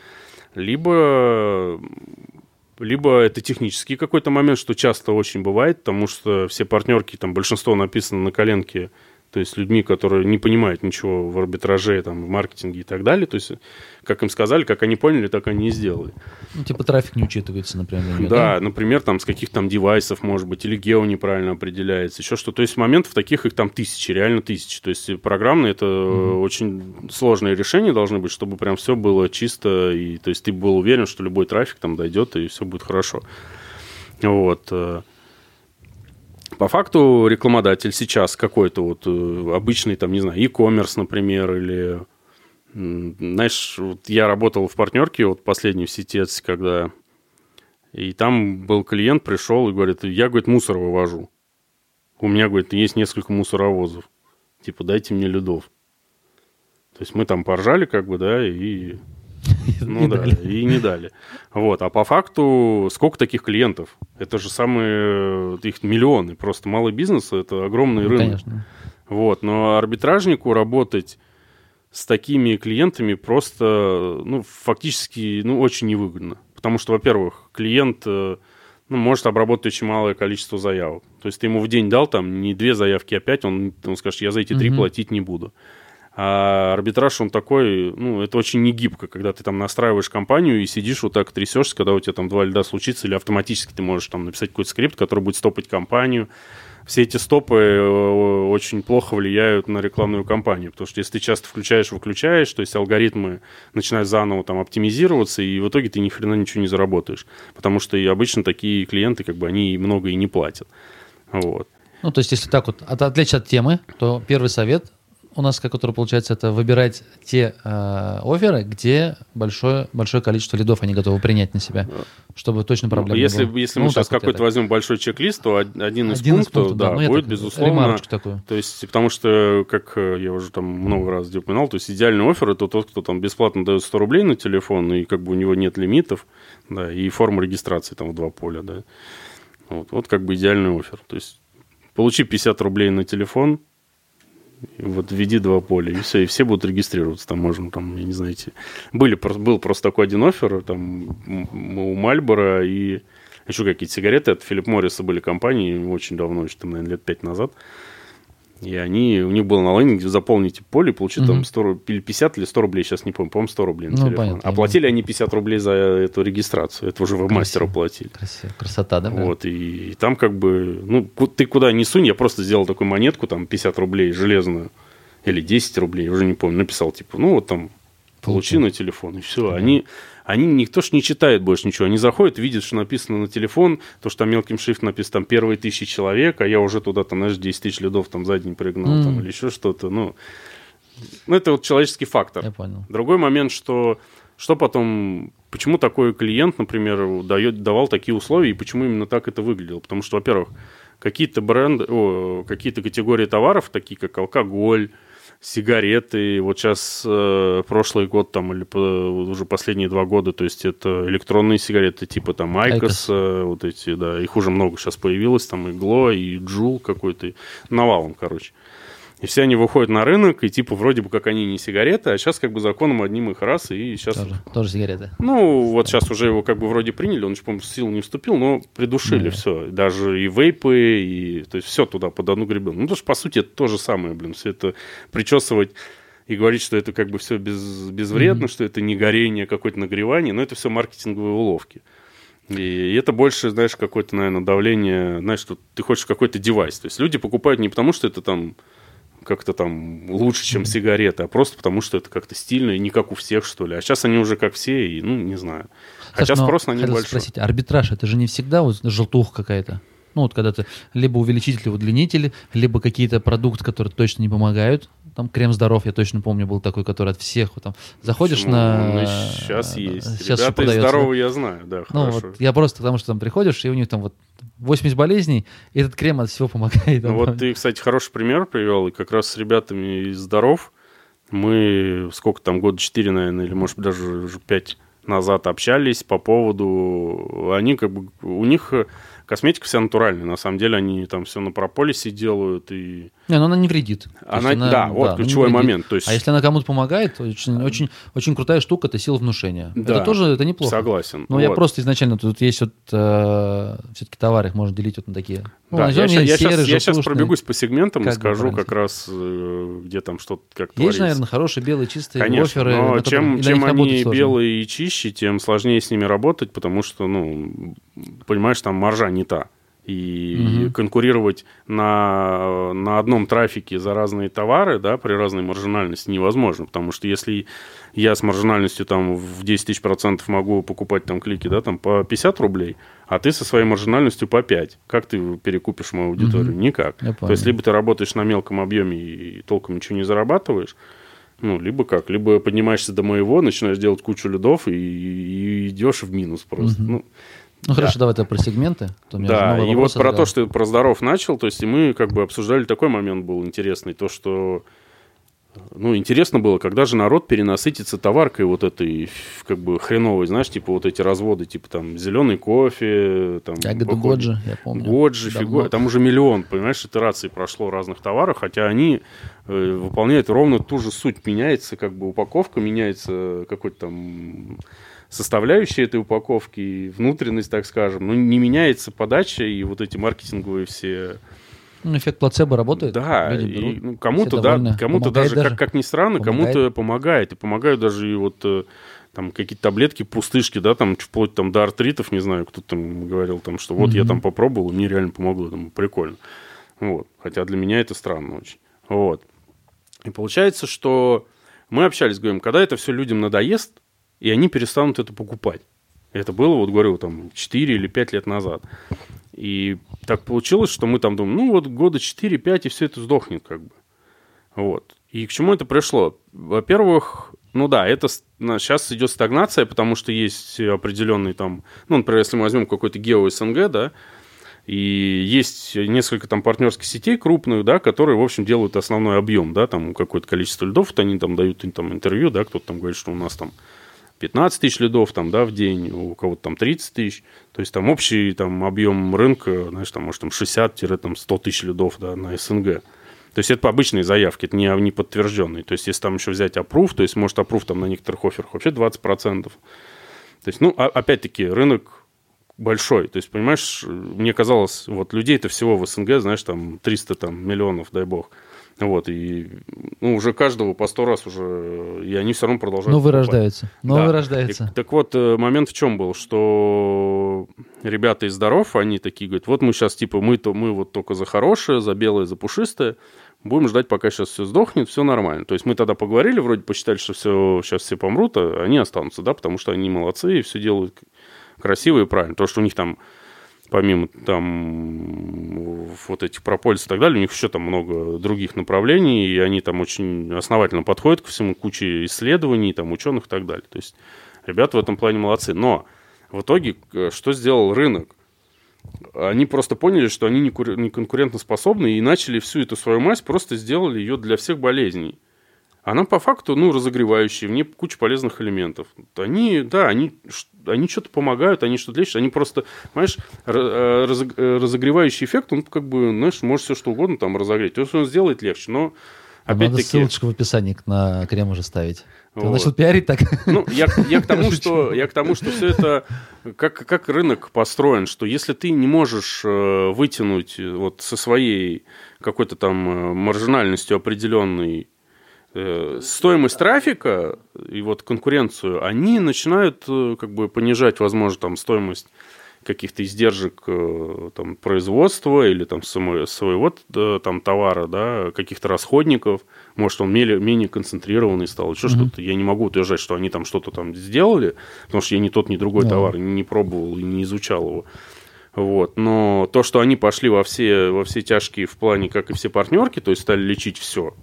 Либо, либо это технический какой-то момент, что часто очень бывает, потому что все партнерки, там большинство написано на коленке То есть людьми, которые не понимают ничего в арбитраже, там, в маркетинге и так далее. То есть, как им сказали, как они поняли, так они и сделали. Ну, типа трафик не учитывается, например. Нее, да, да, например, там с каких-то там девайсов, может быть, или гео неправильно определяется, еще что. То есть моментов таких их там тысячи, реально тысячи. То есть программно это mm-hmm. очень сложные решения должны быть, чтобы прям все было чисто, и то есть ты был уверен, что любой трафик там дойдет, и все будет хорошо. Вот. По факту рекламодатель сейчас какой-то вот обычный, там, не знаю, e-commerce, например, или, знаешь, вот я работал в партнерке, вот последний в Ситец, когда, и там был клиент, пришел и говорит, я, говорит, мусор вывожу. У меня, говорит, есть несколько мусоровозов. Типа, дайте мне лидов. То есть мы там поржали, как бы, да, и... Ну да, и не дали. Вот. А по факту, сколько таких клиентов? Это же самые, их миллионы. Просто малый бизнес – это огромный ну, рынок. Конечно. Вот. Но арбитражнику работать с такими клиентами просто, ну, фактически, ну, очень невыгодно. Потому что, во-первых, клиент, ну, может обработать очень малое количество заявок. То есть ты ему в день дал там не две заявки, а пять, он, он скажет, я за эти три mm-hmm. платить не буду. А арбитраж, он такой, ну, это очень не гибко, когда ты там настраиваешь компанию и сидишь вот так трясешься, когда у тебя там два льда случится, или автоматически ты можешь там написать какой-то скрипт, который будет стопать компанию. Все эти стопы очень плохо влияют на рекламную кампанию, потому что если ты часто включаешь-выключаешь, то есть алгоритмы начинают заново там оптимизироваться, и в итоге ты ни хрена ничего не заработаешь, потому что и обычно такие клиенты, как бы, они много и не платят. Вот. Ну, то есть, если так вот от, отвлечься от темы, то первый совет у нас, который получается, это выбирать те э, офферы, где большое, большое количество лидов они готовы принять на себя, чтобы точно проблем ну, если, не было. Если ну, мы сейчас вот какой-то это. возьмем большой чек-лист, то один из один пунктов, из пунктов да, да, будет, безусловно... такую. То есть, потому что, как я уже там много раз упоминал, то есть идеальный оффер – это тот, кто там бесплатно дает сто рублей на телефон, и как бы у него нет лимитов, да, и форма регистрации там в два поля, да. Вот, вот как бы идеальный оффер. То есть, получи пятьдесят рублей на телефон, вот введи два поля, и все, и все будут регистрироваться. Там можно, там, я не знаю, эти... Были, был просто такой один оффер, там, у Мальборо и еще какие-то сигареты от Филипп Морриса были компании очень давно, еще, там, наверное, лет пять назад. И они, у них было на лендинге заполните поле, получить mm-hmm. там сто, пятьдесят или сто рублей, сейчас не помню, по-моему, сто рублей на ну, телефон. Понятно, а платили они пятьдесят рублей за эту регистрацию. Это уже веб-мастеру платили. Красиво. Красота, да? Вот, и, и там как бы, ну, ты куда ни сунь, я просто сделал такую монетку, там, пятьдесят рублей железную, или десять рублей, уже не помню, написал, типа, ну, вот там, получи на телефон, и все. Да. Они, они, никто ж не читает больше ничего. Они заходят, видят, что написано на телефон, то, что там мелким шрифтом написано, там, первые тысячи человек, а я уже туда, там, знаешь, десять тысяч лидов там за день пригнал, mm. там, или еще что-то, ну. Ну, это вот человеческий фактор. Я понял. Другой момент, что, что потом, почему такой клиент, например, дает, давал такие условия, и почему именно так это выглядело? Потому что, во-первых, какие-то бренды, о, какие-то категории товаров, такие как алкоголь, сигареты, вот сейчас э, прошлый год там или по, уже последние два года, то есть это электронные сигареты типа там Айкос, э, вот эти, да, их уже много сейчас появилось, там и Гло, и Джул какой-то, навалом, короче. И все они выходят на рынок, и типа вроде бы как они не сигареты, а сейчас как бы законом одним их раз, и сейчас... Тоже, тоже сигареты. Ну, вот сейчас уже его как бы вроде приняли, он еще, по-моему, в силу не вступил, но придушили mm-hmm. все. Даже и вейпы, и... То есть все туда под одну гребенку. Ну, потому что, по сути, это то же самое, блин. Все это причесывать и говорить, что это как бы все без... безвредно, mm-hmm. что это не горение, а какое-то нагревание, но это все маркетинговые уловки. И это больше, знаешь, какое-то, наверное, давление, знаешь, что ты хочешь какой-то девайс. То есть люди покупают не потому, что это там... как-то там лучше, чем сигареты, а просто потому, что это как-то стильно и не как у всех, что ли. А сейчас они уже как все, и, ну, не знаю. Хотя Саш, спрос на них большой. Спросить, арбитраж, это же не всегда вот желтуха какая-то? Ну, вот когда ты либо увеличители, удлинители, либо какие-то продукты, которые точно не помогают. Там крем здоров, я точно помню, был такой, который от всех. Вот, там, заходишь Почему? на... Ну, сейчас есть. Сейчас Ребята из здорового я знаю, да, ну, хорошо. Вот, я просто потому, что там приходишь, и у них там вот восемьдесят болезней, и этот крем от всего помогает. Ну, вот ты, кстати, хороший пример привел, и как раз с ребятами из здоров мы сколько там, года четыре, наверное, или, может, даже уже пять назад общались по поводу... Они как бы... У них... косметика вся натуральная. На самом деле они там все на прополисе делают. И... Не, но она не вредит. Она, она, да, вот да, ключевой момент. То есть... А если она кому-то помогает, то очень, очень, очень крутая штука – это сила внушения. Да, это тоже это неплохо. Согласен. Но вот. Я просто изначально, тут есть вот, э, все-таки товары, их можно делить вот на такие. Ну, да, я, серый, я, сейчас, я сейчас пробегусь по сегментам и скажу правильно? как раз, где там что-то как есть, творится. наверное, хорошие белые чистые Конечно, гоферы. но на чем, чем чем они белые и чище, тем сложнее с ними работать, потому что, ну, понимаешь, там маржа не та. И угу. конкурировать на, на одном трафике за разные товары, да, при разной маржинальности невозможно, потому что если я с маржинальностью там в десять тысяч процентов могу покупать там клики, да, там по пятьдесят рублей, а ты со своей маржинальностью по пять, как ты перекупишь мою аудиторию? Угу. Никак. То есть либо ты работаешь на мелком объеме и толком ничего не зарабатываешь, ну, либо как, либо поднимаешься до моего, начинаешь делать кучу лидов и, и идешь в минус просто. Угу. Ну, Ну, да. хорошо, давай тогда про сегменты. Да, и вот про то, что ты про здоров начал, то есть и мы как бы обсуждали, такой момент был интересный, то, что, ну, интересно было, когда же народ перенасытится товаркой вот этой, как бы, хреновой, знаешь, типа вот эти разводы, типа там зеленый кофе, там... Ягода Годжи, я помню. Годжи, фиго, там уже миллион, понимаешь, итераций прошло разных товаров, хотя они э, выполняют ровно ту же суть, меняется как бы упаковка, меняется какой-то там... составляющие этой упаковки, внутренность, так скажем, но не меняется подача и вот эти маркетинговые все... Ну, эффект плацебо работает. Да, и, ну, кому-то, да, кому-то даже, даже, как, как ни странно, помогает. Кому-то помогает. И помогают даже и вот там какие-то таблетки, пустышки, да, там вплоть там до артритов, не знаю, кто-то там говорил, там, что вот mm-hmm. я там попробовал, мне реально помогло, там, прикольно. Вот. Хотя для меня это странно очень. Вот. И получается, что мы общались, говорим, когда это все людям надоест, и они перестанут это покупать. Это было, вот говорю, там, четыре или пять лет назад. И так получилось, что мы там думаем, ну, вот года четыре-пять, и все это сдохнет, как бы. Вот. И к чему это пришло? Во-первых, ну да, это сейчас идет стагнация, потому что есть определенный там, ну, например, если мы возьмем какой-то гео-СНГ, да, и есть несколько там партнерских сетей крупных, да, которые, в общем, делают основной объем, да, там какое-то количество лидов, вот они там дают им там интервью, да, кто-то там говорит, что у нас там пятнадцать тысяч лидов там, да, в день, у кого-то там тридцать тысяч. То есть там общий там, объем рынка, знаешь, там, может, там шестьдесят-сто тысяч лидов, да, на СНГ. То есть это обычные заявки, это не, не подтвержденные. То есть если там еще взять аппрув, то есть может аппрув там на некоторых офферах вообще двадцать процентов. То есть, ну, а, опять-таки, рынок большой. То есть, понимаешь, мне казалось, вот людей-то всего в СНГ, знаешь, там триста там, миллионов, дай бог. Вот, и ну, уже каждого по сто раз уже, и они все равно продолжают. Новые рождаются, новые да. рождаются. И, так вот, момент в чем был, что ребята из Здоров, они такие говорят, вот мы сейчас, типа, мы, то, мы вот только за хорошее, за белое, за пушистое, будем ждать, пока сейчас все сдохнет, все нормально. То есть мы тогда поговорили, вроде посчитали, что все, сейчас все помрут, а они останутся, да, потому что они молодцы и все делают красиво и правильно. То, что у них там помимо там вот этих прополисов и так далее, у них еще там много других направлений, и они там очень основательно подходят ко всему, куче исследований, там, ученых и так далее. То есть ребята в этом плане молодцы. Но в итоге что сделал рынок? Они просто поняли, что они не конкурентоспособны, и начали всю эту свою мазь, просто сделали ее для всех болезней. Она по факту, ну, разогревающая, в ней куча полезных элементов. Они, да, они, они что-то помогают, они что-то лечат, они просто, понимаешь, разогревающий эффект, он как бы, знаешь, может все что угодно там разогреть. То есть он сделает легче, но опять-таки... Надо ссылочку в описании на крем уже ставить. Ты вот. Начал пиарить так? Ну, я, я, к тому, что, я к тому, что все это, как, как рынок построен, что если ты не можешь вытянуть вот со своей какой-то там маржинальностью определенной стоимость трафика и вот конкуренцию, они начинают как бы понижать, возможно, там стоимость каких-то издержек там, производства или там самой, своего там, товара, да, каких-то расходников. Может, он менее, менее концентрированный стал, еще mm-hmm. что-то. Я не могу утверждать, что они там что-то там сделали, потому что я ни тот, ни другой yeah. товар не пробовал и не изучал его. Вот. Но то, что они пошли во все, во все тяжкие в плане, как и все партнерки, то есть стали лечить все,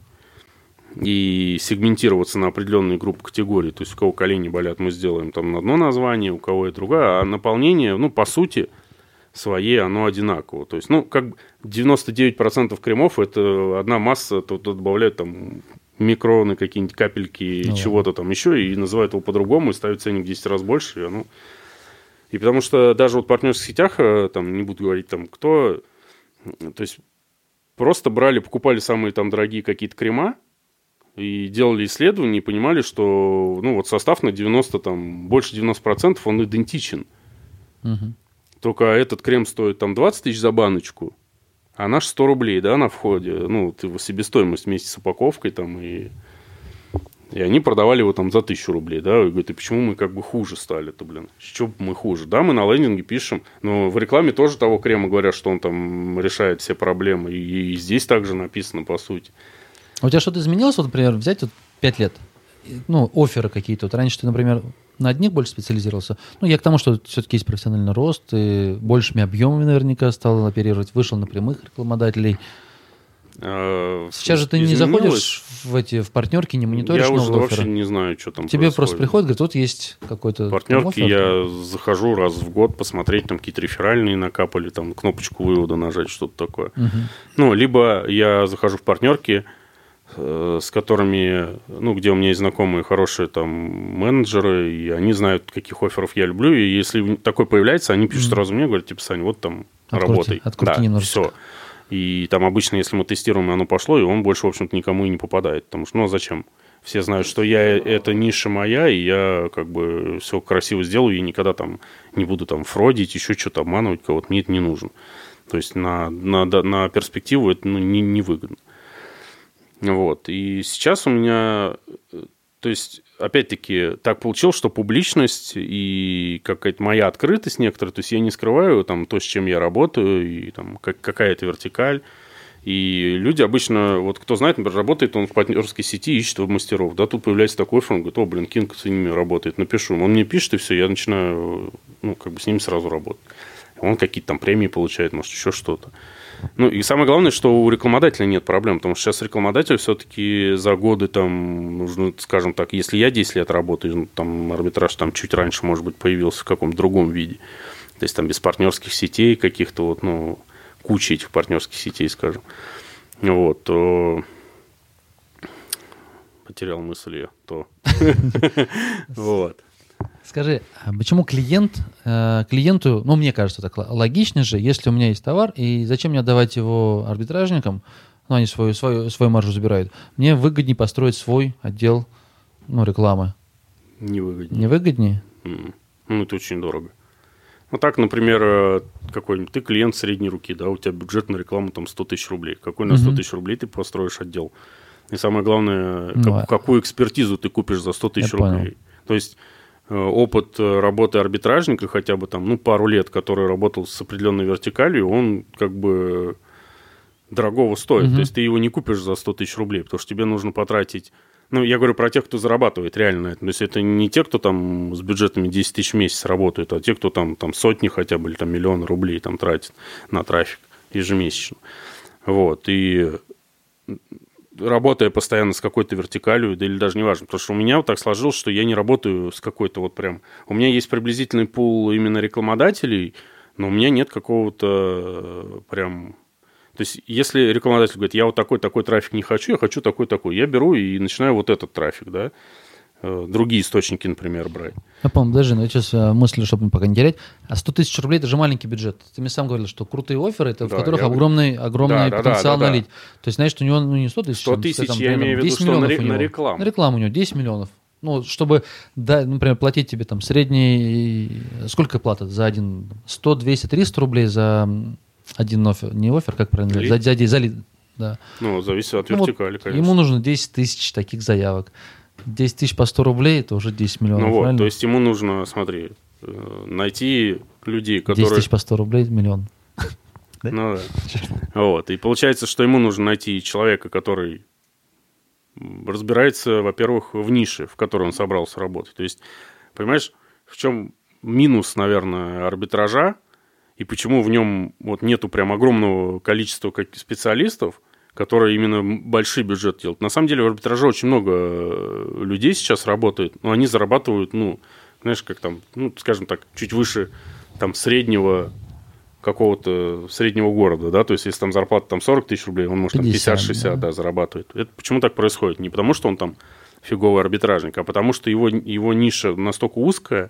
и сегментироваться на определенные группы категорий. То есть, у кого колени болят, мы сделаем там одно название, у кого и другое. А наполнение, ну, по сути, своей, оно одинаково. То есть, ну, как бы девяносто девять процентов кремов – это одна масса, тут добавляют там микроны, какие-нибудь капельки, ну, чего-то там еще, и называют его по-другому, и ставят ценник в десять раз больше, и оно И потому что даже вот в партнерских сетях, там, не буду говорить, там, кто, то есть просто брали, покупали самые там дорогие какие-то крема и делали исследования и понимали, что, ну, вот состав на девяносто, там, больше девяноста процентов он идентичен. Угу. Только этот крем стоит там двадцать тысяч за баночку, а наш сто рублей, да, на входе. Ну, ты его себестоимость вместе с упаковкой там и... И они продавали его там за тысячу рублей, да, и говорят, и почему мы как бы хуже стали-то, блин, с чего мы хуже? Да, мы на лендинге пишем, но в рекламе тоже того крема говорят, что он там решает все проблемы, и, и здесь также написано, по сути. А у тебя что-то изменилось, вот, например, взять вот пять лет, ну, офферы какие-то, вот раньше ты, например, на одних больше специализировался, ну, я к тому, что все-таки есть профессиональный рост, и большими объемами наверняка стал оперировать, вышел на прямых рекламодателей. Сейчас же ты не заходишь в эти в партнерки, не мониторишь я новые уже офферы. Вообще не знаю, что там Тебе происходит. Просто приходит, говорит, вот есть какой-то... Партнерки я захожу раз в год посмотреть, там какие-то реферальные накапали, там кнопочку вывода нажать, что-то такое. Угу. Ну, либо я захожу в партнерки, э, с которыми, ну, где у меня есть знакомые хорошие там менеджеры, и они знают, каких офферов я люблю, и если такой появляется, они пишут угу. сразу мне, говорят, типа, Сань, вот там открути, работай. Открути да, немножечко. Все. И там обычно, если мы тестируем, оно пошло, и он больше, в общем-то, никому и не попадает. Потому что, ну, а зачем? Все знают, что я, это ниша моя, и я как бы все красиво сделаю, и никогда там не буду там фродить, еще что-то обманывать кого-то. Мне это не нужно. То есть на, на, на перспективу это ну, не, не выгодно. Вот. И сейчас у меня... То есть, опять-таки, так получилось, что публичность и какая-то моя открытость некоторая, то есть я не скрываю там то, с чем я работаю, и там как, какая-то вертикаль. И люди обычно, вот кто знает, например, работает он в партнерской сети, ищет мастеров. Да, тут появляется такой оффер, он говорит, о, блин, Кинг с ними работает, напишу. Он мне пишет, и все, я начинаю, ну, как бы с ними сразу работать. Он какие-то там премии получает, может, еще что-то. Ну, и самое главное, что у рекламодателя нет проблем, потому что сейчас рекламодатель все-таки за годы, там, нужно, скажем так, если я десять лет работаю, там, арбитраж там чуть раньше, может быть, появился в каком-то другом виде, то есть там без партнерских сетей каких-то, вот, ну, куча этих партнерских сетей, скажем, вот, то... Потерял мысль я, то... Вот. Скажи, а почему клиент, э, клиенту, ну, мне кажется, так логично же, если у меня есть товар, и зачем мне отдавать его арбитражникам, ну, они свою, свою, свою маржу забирают, мне выгоднее построить свой отдел, ну, рекламы. Невыгоднее. Невыгоднее? Mm. Ну, это очень дорого. Ну, так, например, какой-нибудь, ты клиент средней руки, да, у тебя бюджет на рекламу там сто тысяч рублей. Какой на сто тысяч рублей ты построишь отдел? И самое главное, ну, как, какую экспертизу ты купишь за сто тысяч рублей? Понял. То есть... опыт работы арбитражника, хотя бы там, ну, пару лет, который работал с определенной вертикалью, он как бы дорогого стоит. Mm-hmm. То есть ты его не купишь за сто тысяч рублей, потому что тебе нужно потратить... Ну, я говорю про тех, кто зарабатывает реально. То есть это не те, кто там с бюджетами десять тысяч в месяц работают, а те, кто там, там сотни хотя бы или там миллионы рублей там тратит на трафик ежемесячно. Вот. И... работая постоянно с какой-то вертикалью, да или даже не важно, потому что у меня вот так сложилось, что я не работаю с какой-то вот прям... У меня есть приблизительный пул именно рекламодателей, но у меня нет какого-то прям... То есть, если рекламодатель говорит, я вот такой-такой трафик не хочу, я хочу такой-такой, я беру и начинаю вот этот трафик, да, другие источники, например, брать. Я помню, даже, но я сейчас мысль, чтобы пока не терять, а сто тысяч рублей – это же маленький бюджет. Ты мне сам говорил, что крутые офферы, это да, в которых я... огромный, огромный да, потенциал да, да, налить. Да. То есть, значит, у него ну, не сто тысяч, сто тысяч, там, я имею в виду, что на, на рекламу. На рекламу у него десять миллионов. Ну, чтобы, да, например, платить тебе там средний... Сколько плата за один? сто, двести, триста рублей за один оффер. Не оффер, как правильно говорить? За, за, за лид. Да. Ну, зависит от вертикали, ну, вот конечно. Ему нужно десять тысяч таких заявок. десять тысяч по сто рублей, это уже десять миллионов. Ну вот, правильно? То есть ему нужно, смотри, найти людей, которые... десять тысяч по сто рублей, миллион. Ну да. Вот. И получается, что ему нужно найти человека, который разбирается, во-первых, в нише, в которой он собрался работать. То есть, понимаешь, в чем минус, наверное, арбитража, и почему в нем вот нету прям огромного количества специалистов, которые именно большие бюджеты делают. На самом деле в арбитраже очень много людей сейчас работает, но они зарабатывают, ну, знаешь, как там, ну, скажем так, чуть выше там среднего какого-то среднего города, да, то есть если там зарплата там сорок тысяч рублей, он может пятьдесят-шестьдесят, да. да, зарабатывает. Это почему так происходит? Не потому, что он там фиговый арбитражник, а потому что его, его ниша настолько узкая,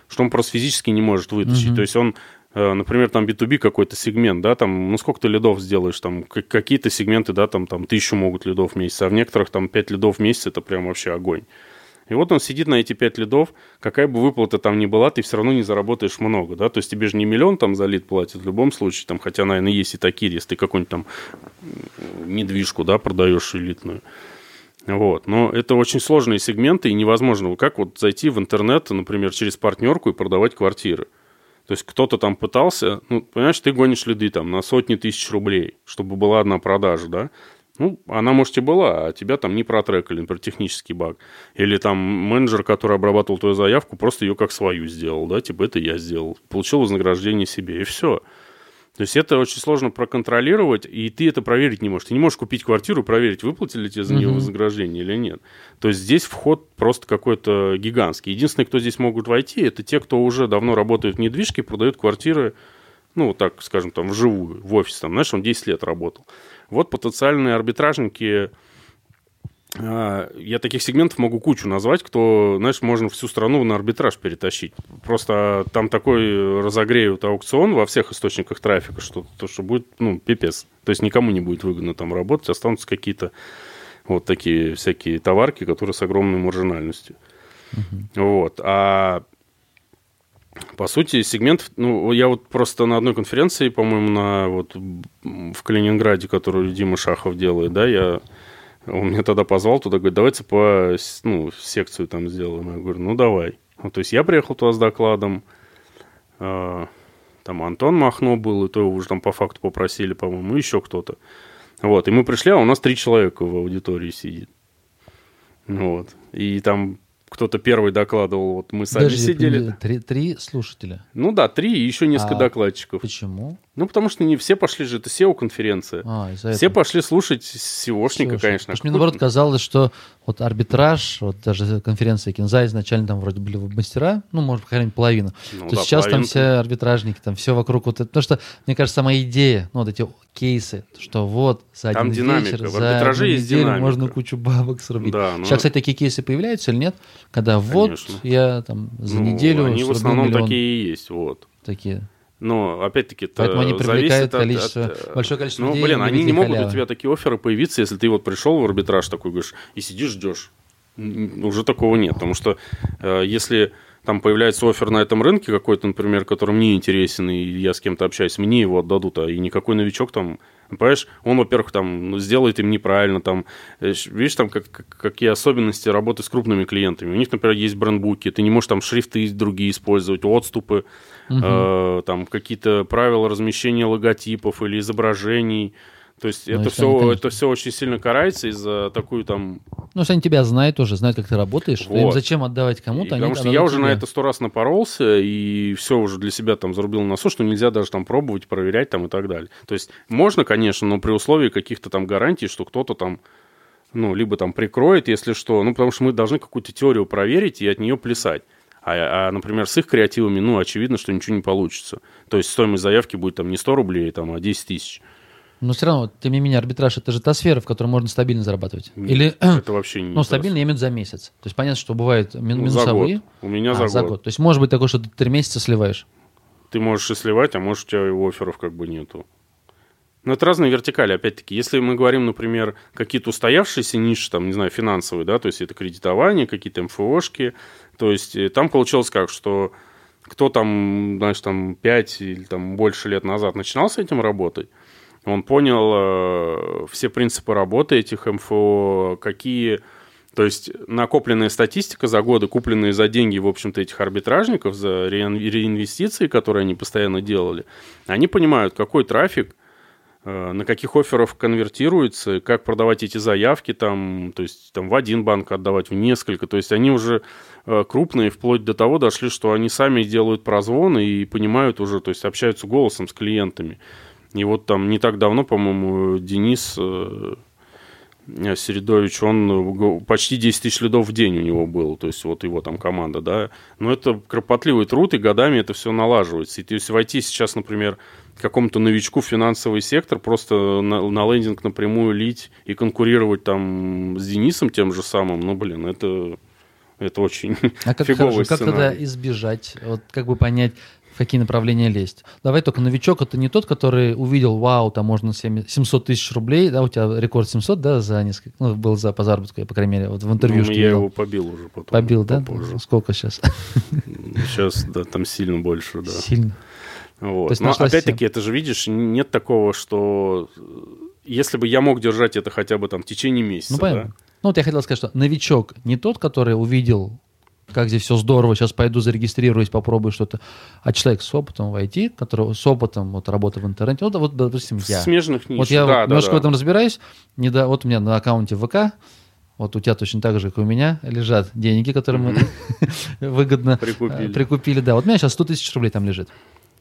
что он просто физически не может вытащить. Mm-hmm. То есть он, например, там би ту би какой-то сегмент, да, там, ну сколько ты лидов сделаешь, там какие-то сегменты, да, там, там тысячу могут лидов в месяц, а в некоторых там пять лидов в месяц это прям вообще огонь. И вот он сидит на эти пять лидов, какая бы выплата там ни была, ты все равно не заработаешь много, да, то есть тебе же не миллион там за лид платят в любом случае, там, хотя, наверное, есть и такие, если ты какую-нибудь там недвижку, да, продаешь элитную. Вот. Но это очень сложные сегменты, и невозможно, как вот зайти в интернет, например, через партнерку и продавать квартиры. То есть кто-то там пытался, ну, понимаешь, ты гонишь лиды там на сотни тысяч рублей, чтобы была одна продажа, да. Ну, она, может, и была, а тебя там не протрекали, например, технический баг. Или там менеджер, который обрабатывал твою заявку, просто ее как свою сделал, да, типа это я сделал. Получил вознаграждение себе, и все. То есть это очень сложно проконтролировать, и ты это проверить не можешь. Ты не можешь купить квартиру и проверить, выплатили тебе за нее mm-hmm. вознаграждение или нет. То есть здесь вход просто какой-то гигантский. Единственное, кто здесь могут войти, это те, кто уже давно работают в недвижке, продают квартиры, ну, вот так, скажем, там, вживую, в офис. Там, знаешь, он десять лет работал. Вот потенциальные арбитражники, я таких сегментов могу кучу назвать, кто, знаешь, можно всю страну на арбитраж перетащить. Просто там такой разогреют аукцион во всех источниках трафика, что, то, что будет, ну, пипец. То есть никому не будет выгодно там работать, останутся какие-то вот такие всякие товарки, которые с огромной маржинальностью. Uh-huh. Вот. А по сути, сегмент, ну, я вот просто на одной конференции, по-моему, на, вот, в Калининграде, которую Дима Шахов делает, да, я, он меня тогда позвал туда, говорит, давайте по, ну, секцию там сделаем. Я говорю, ну, давай. Ну, то есть я приехал туда с докладом, э, там Антон Махно был, и то его уже там по факту попросили, по-моему, еще кто-то. Вот, и мы пришли, а у нас три человека в аудитории сидит. Вот, и там... Кто-то первый докладывал, вот мы сами Подожди, сидели. Три, три слушателя? Ну да, три и еще несколько а докладчиков. Почему? Ну, потому что не все пошли же, это сео-конференция. А, из-за все этого. Пошли слушать сеошника, конечно. Потому что мне, наоборот, казалось, что вот арбитраж, вот даже конференция Кинза изначально там вроде были мастера, ну, может, хотя-нибудь половина. Ну, то да, сейчас половинка. Там все арбитражники, там все вокруг вот это. Потому что, мне кажется, сама идея, ну, вот эти кейсы, что вот за один там динамика. вечер, в арбитраже за есть неделю динамика. Можно кучу бабок срубить. Да, ну, сейчас, кстати, такие кейсы появляются или нет? Когда конечно. Вот я там за ну, неделю они в основном миллион. Такие и есть, вот. Такие. Но, опять-таки, это поэтому они привлекают количество, от, от, большое количество ну, людей. Ну, блин, они не могут халявы. У тебя такие офферы появиться, если ты вот пришел в арбитраж такой, говоришь, и сидишь, ждешь. Уже такого нет, потому что э, если там появляется оффер на этом рынке какой-то, например, который мне интересен, и я с кем-то общаюсь, мне его отдадут, а и никакой новичок там, понимаешь, он, во-первых, там, ну, сделает им неправильно, там, видишь, там, как, как, какие особенности работы с крупными клиентами. У них, например, есть брендбуки, ты не можешь там шрифты другие использовать, отступы, угу. э, там, какие-то правила размещения логотипов или изображений. То есть ну, это, все, они, это все очень сильно карается из-за такую там... Ну, если они тебя знают тоже, знают, как ты работаешь, вот. Им зачем отдавать кому-то? И, они потому что я уже тебе. На это сто раз напоролся, и все уже для себя там зарубил на носу, что нельзя даже там пробовать, проверять там и так далее. То есть можно, конечно, но при условии каких-то там гарантий, что кто-то там, ну, либо там прикроет, если что, ну, потому что мы должны какую-то теорию проверить и от нее плясать. А, а, например, с их креативами, ну, очевидно, что ничего не получится. То есть стоимость заявки будет там не сто рублей, там, а десять тысяч. Но все равно, тем не менее, арбитраж – это же та сфера, в которой можно стабильно зарабатывать. Нет, Или, это вообще не ну, стабильно я имею в виду за месяц. То есть понятно, что бывают мин- ну, минусовые. За год. У меня а, за, за год. год. То есть может быть такое, что ты три месяца сливаешь. Ты можешь и сливать, а может у тебя и офферов как бы нету. Но это разные вертикали, опять-таки. Если мы говорим, например, какие-то устоявшиеся ниши, там, не знаю, финансовые, да, то есть это кредитование, какие-то эм эф о-шки, то есть там получилось как, что кто там, знаешь, там пять или там больше лет назад начинал с этим работать, он понял э, все принципы работы этих эм эф о, какие... То есть накопленная статистика за годы, купленные за деньги, в общем-то, этих арбитражников, за реинвестиции, которые они постоянно делали, они понимают, какой трафик, э, на каких офферов конвертируется, как продавать эти заявки, там, то есть там, в один банк отдавать, в несколько. То есть они уже э, крупные, вплоть до того дошли, что они сами делают прозвоны и понимают уже, то есть общаются голосом с клиентами. И вот там не так давно, по-моему, Денис э, Середович, он почти десять тысяч лидов в день у него было, то есть вот его там команда, да. Но это кропотливый труд, и годами это все налаживается. И то есть войти сейчас, например, какому-то новичку в финансовый сектор, просто на, на лендинг напрямую лить и конкурировать там с Денисом тем же самым, ну, блин, это это очень а как, фиговый хорошо, как сценарий. тогда избежать, вот как бы понять, в какие направления лезть? Давай только новичок, это не тот, который увидел, вау, там можно семьсот тысяч рублей, да, у тебя рекорд семьсот, да, за несколько, ну, был за, по заработку, я, по крайней мере, вот в интервью, Ну, что я видел. его побил уже потом. Побил, да? Попозже. Сколько сейчас? Сейчас, да, там сильно больше, да. Сильно. Вот. То есть Но нашлась опять-таки, тема. это же, видишь, нет такого, что если бы я мог держать это хотя бы там в течение месяца, Ну, понятно. да? Ну, вот я хотел сказать, что новичок не тот, который увидел, как здесь все здорово, сейчас пойду зарегистрируюсь, попробую что-то, а человек с опытом в ай ти, который с опытом вот, работы в интернете, вот, вот допустим, В я. смежных нишах. Вот я да, вот немножко да, в этом разбираюсь. Не да, вот у меня на аккаунте ВК, вот у тебя точно так же, как и у меня, лежат деньги, которые мы выгодно Прикупили. э, прикупили. Да, вот у меня сейчас сто тысяч рублей там лежит.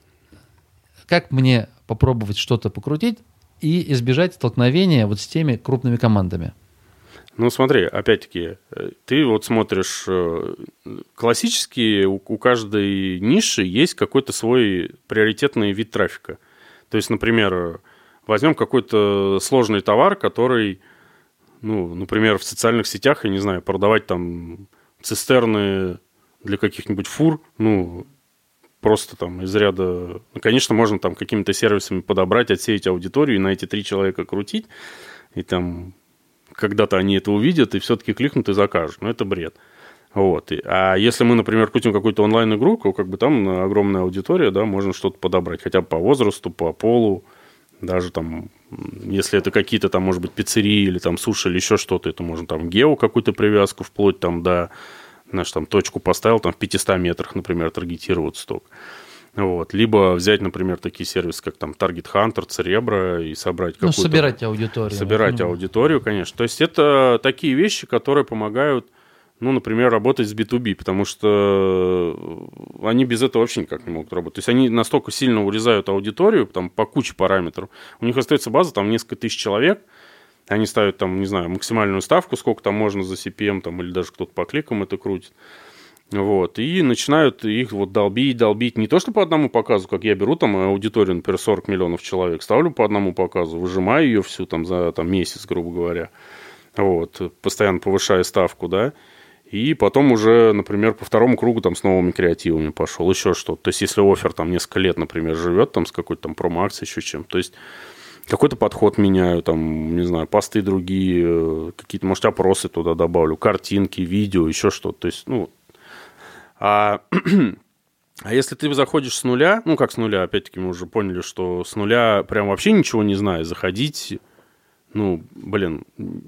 Как мне попробовать что-то покрутить и избежать столкновения вот с теми крупными командами? Ну, смотри, опять-таки, ты вот смотришь, э, классически у, у каждой ниши есть какой-то свой приоритетный вид трафика. То есть, например, возьмем какой-то сложный товар, который, ну, например, в социальных сетях, я не знаю, продавать там цистерны для каких-нибудь фур, ну, просто там из ряда... Ну, конечно, можно там какими-то сервисами подобрать, отсеять аудиторию и на эти три человека крутить, и там... когда-то они это увидят и все-таки кликнут и закажут. Но это бред. Вот. А если мы, например, крутим какую-то онлайн-игру, то как бы там огромная аудитория, да, можно что-то подобрать. Хотя бы по возрасту, по полу. Даже там, если это какие-то там, может быть, пиццерии или там суши или еще что-то, это можно там гео какую-то привязку вплоть там до, знаешь, там точку поставил, там в пятистах метрах, например, таргетировать сток. Вот. Либо взять, например, такие сервисы, как там Target Hunter, Cerebro и собрать Ну, какую-то... собирать аудиторию. Собирать Ну, аудиторию, конечно. То есть это такие вещи, которые помогают, ну, например, работать с би ту би, потому что они без этого вообще никак не могут работать. То есть они настолько сильно урезают аудиторию там, по куче параметров. У них остается база там несколько тысяч человек, они ставят там, не знаю, максимальную ставку, сколько там можно за си пи эм, там, или даже кто-то по кликам это крутит. Вот, и начинают их вот долбить, долбить. Не то, что по одному показу, как я беру там аудиторию, например, сорок миллионов человек, ставлю по одному показу, выжимаю ее всю там за там, месяц, грубо говоря. Вот, постоянно повышаю ставку, да. И потом уже, например, по второму кругу там с новыми креативами пошел, еще что-то. То есть, если оффер там несколько лет, например, живет там с какой-то там промо-акцией, еще чем. То есть, какой-то подход меняю, там, не знаю, посты другие, какие-то, может, опросы туда добавлю, картинки, видео, еще что-то. То есть, ну, А, а если ты заходишь с нуля, ну, как с нуля, опять-таки мы уже поняли, что с нуля прям вообще ничего не зная, заходить, ну, блин,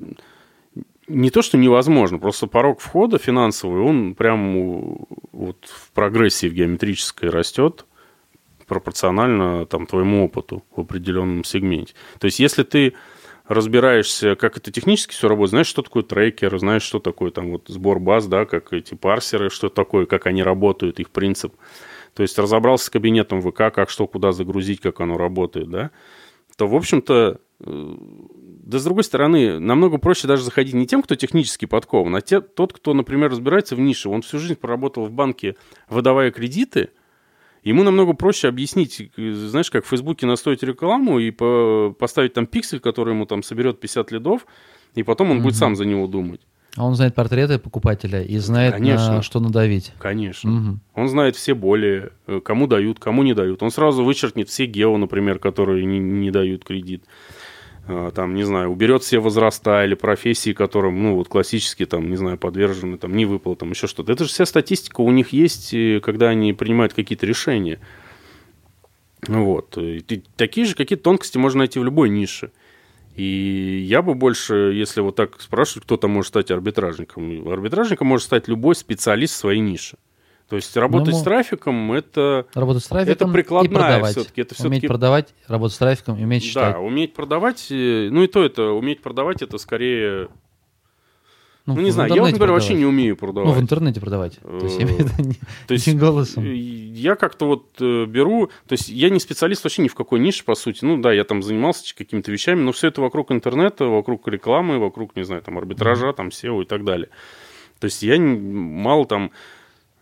не то, что невозможно, просто порог входа финансовый, он прям вот в прогрессии в геометрической растет пропорционально там твоему опыту в определенном сегменте. То есть, если ты разбираешься, как это технически все работает, знаешь, что такое трекер, знаешь, что такое там вот сбор баз, да, как эти парсеры, что такое, как они работают, их принцип. То есть разобрался с кабинетом ВК, как что, куда загрузить, как оно работает, да, то, в общем-то, да, с другой стороны, намного проще даже заходить не тем, кто технически подкован, а те, тот, кто, например, разбирается в нише. Он всю жизнь проработал в банке, выдавая кредиты. Ему намного проще объяснить, знаешь, как в Фейсбуке настроить рекламу и по, поставить там пиксель, который ему там соберет пятьдесят лидов, и потом он mm-hmm. будет сам за него думать. А он знает портреты покупателя и знает, Конечно. На что надавить. Конечно. Mm-hmm. Он знает все боли, кому дают, кому не дают. Он сразу вычеркнет все гео, например, которые не, не дают кредит. Там, не знаю, уберет все возраста или профессии, которым, ну, вот классически, там, не знаю, подвержены, там, невыплатам, еще что-то. Это же вся статистика у них есть, когда они принимают какие-то решения. Вот. И такие же какие-то тонкости можно найти в любой нише. И я бы больше, если вот так спрашивать, кто там может стать арбитражником. Арбитражником может стать любой специалист в своей нише. То есть работать ну, с трафиком это, работать с трафиком это прикладная и продавать. все-таки. Это уметь все-таки... продавать, работать с трафиком и уметь считать. Да, уметь продавать, ну и то это, уметь продавать это скорее... Ну, ну не знаю, я, например, продавать. вообще не умею продавать. Ну, в интернете продавать. То есть, это не, то есть не голосом. Я как-то вот беру... То есть я не специалист вообще ни в какой нише, по сути. Ну да, я там занимался какими-то вещами, но все это вокруг интернета, вокруг рекламы, вокруг, не знаю, там арбитража, там сео и так далее. То есть я мало там...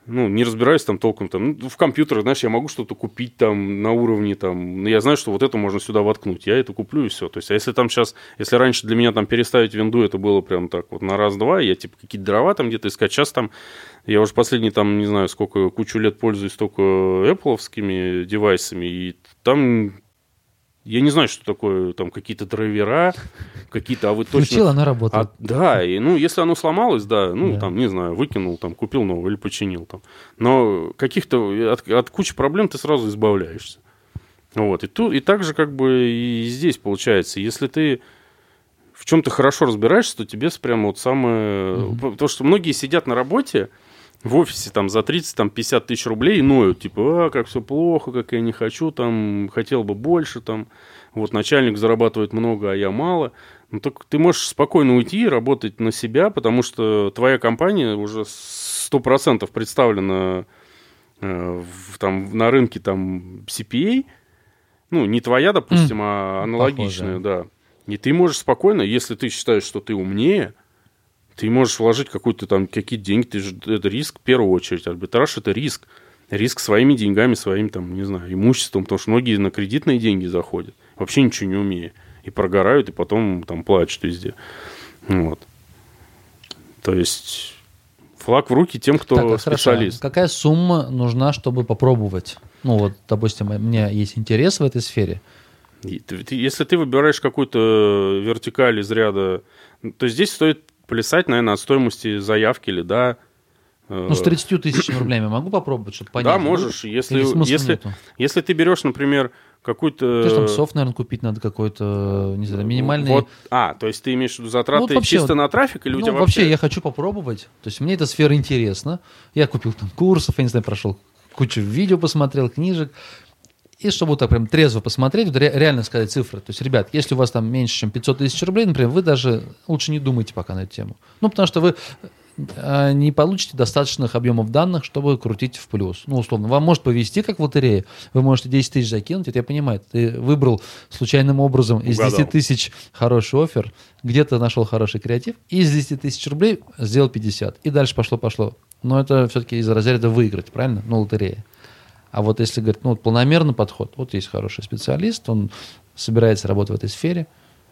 ну, не разбираюсь там толком. Там, ну, в компьютерах, знаешь, я могу что-то купить там на уровне, там, я знаю, что вот это можно сюда воткнуть, я это куплю и все. То есть, а если там сейчас, если раньше для меня там переставить винду, это было прям так вот на раз-два, я типа какие-то дрова там где-то искать, сейчас там, я уже последние там, не знаю, сколько, кучу лет пользуюсь только Apple-овскими девайсами, и там... Я не знаю, что такое, там, какие-то драйвера, какие-то, а вы точно... Включил, оно работает. А, да, и, ну, если оно сломалось, да, ну, Да. там, не знаю, выкинул, там, купил новое или починил, там. Но каких-то, от, от кучи проблем ты сразу избавляешься. Вот, и, тут, и так же, как бы, и здесь получается, если ты в чем-то хорошо разбираешься, то тебе прямо вот самое... Mm-hmm. Потому что многие сидят на работе, в офисе там за тридцать-пятьдесят тысяч рублей и ноют, типа, а, как все плохо, как я не хочу, там, хотел бы больше, там, вот начальник зарабатывает много, а я мало. Ну, так ты можешь спокойно уйти и работать на себя, потому что твоя компания уже сто процентов представлена э, в, там, на рынке там си пи эй, ну, не твоя, допустим, mm. а аналогичная, Похоже. Да. И ты можешь спокойно, если ты считаешь, что ты умнее, ты можешь вложить какую-то там, какие-то деньги, ты же, это риск в первую очередь. Арбитраж – это риск. Риск своими деньгами, своим, там, не знаю, имуществом, потому что многие на кредитные деньги заходят, вообще ничего не умея. И прогорают, и потом там плачут везде. Вот. То есть флаг в руки тем, кто так, специалист. Хорошо. Какая сумма нужна, чтобы попробовать? Ну вот, допустим, у меня есть интерес в этой сфере. И ты, ты, если ты выбираешь какую-то вертикаль из ряда, то здесь стоит плясать, наверное, от стоимости заявки или да. Ну, с тридцатью тысячами рублями могу попробовать, чтобы понять? Да, можешь. Если, если, если ты берешь, например, какую-то... Ты же там софт, наверное, купить надо какой-то, не знаю, минимальный... Вот, а, то есть ты имеешь в виду затраты ну, вот вообще, чисто вот, на трафик? Или ну, у тебя вообще... вообще я хочу попробовать. То есть мне эта сфера интересна. Я купил там курсов, я не знаю, прошел кучу видео, посмотрел, книжек. И чтобы вот так прям трезво посмотреть, вот ре- реально сказать цифры. То есть, ребят, если у вас там меньше, чем пятьсот тысяч рублей, например, вы даже лучше не думайте пока на эту тему. Ну, потому что вы э, не получите достаточных объемов данных, чтобы крутить в плюс. Ну, условно, вам может повезти, как в лотерее. Вы можете десять тысяч закинуть, это я понимаю. Ты выбрал случайным образом из десяти тысяч хороший оффер, где-то нашел хороший креатив, и из десяти тысяч рублей сделал пятьдесят. И дальше пошло-пошло. Но это все-таки из разряда выиграть, правильно? Ну, лотерея. А вот если говорить, ну, вот планомерный подход, вот есть хороший специалист, он собирается работать в этой сфере.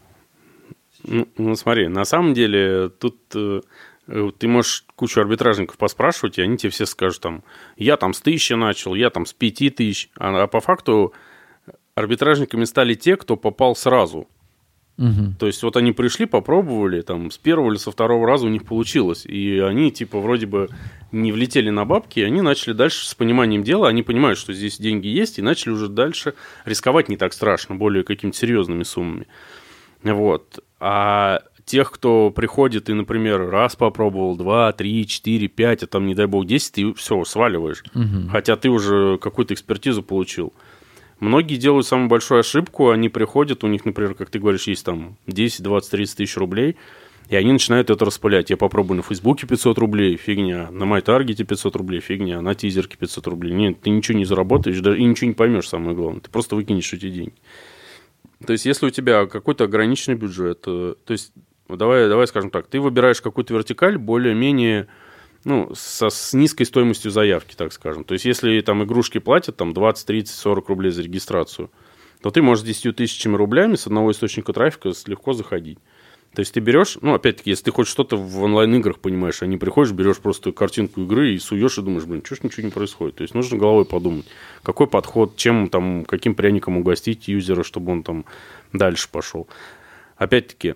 Ну, ну смотри, на самом деле тут э, ты можешь кучу арбитражников поспрашивать, и они тебе все скажут, там, я там с тысячи начал, я там с пяти тысяч. А, а по факту арбитражниками стали те, кто попал сразу. Угу. То есть вот они пришли, попробовали, там, с первого или со второго раза у них получилось. И они, типа, вроде бы не влетели на бабки, и они начали дальше с пониманием дела. Они понимают, что здесь деньги есть, и начали уже дальше рисковать не так страшно, более какими-то серьезными суммами. Вот. А тех, кто приходит и, например, раз попробовал, два, три, четыре, пять, а там, не дай бог, десять, ты все, сваливаешь. Угу. Хотя ты уже какую-то экспертизу получил. Многие делают самую большую ошибку, они приходят, у них, например, как ты говоришь, есть там десять, двадцать, тридцать тысяч рублей, и они начинают это распылять. Я попробую на Фейсбуке пятьсот рублей, фигня, на MyTarget пятьсот рублей, фигня, на тизерке пятьсот рублей. Нет, ты ничего не заработаешь и ничего не поймешь, самое главное. Ты просто выкинешь эти деньги. То есть, если у тебя какой-то ограниченный бюджет, то есть, давай, давай скажем так, ты выбираешь какую-то вертикаль более-менее... Ну, со, с низкой стоимостью заявки, так скажем. То есть, если там игрушки платят там двадцать, тридцать, сорок рублей за регистрацию, то ты можешь с десятью тысячами рублями с одного источника трафика легко заходить. То есть, ты берешь, ну, опять-таки, если ты хоть что-то в онлайн-играх понимаешь, а не приходишь, берешь просто картинку игры и суешь и думаешь, блин, что ж ничего не происходит. То есть, нужно головой подумать, какой подход, чем там, каким пряником угостить юзера, чтобы он там дальше пошел. Опять-таки,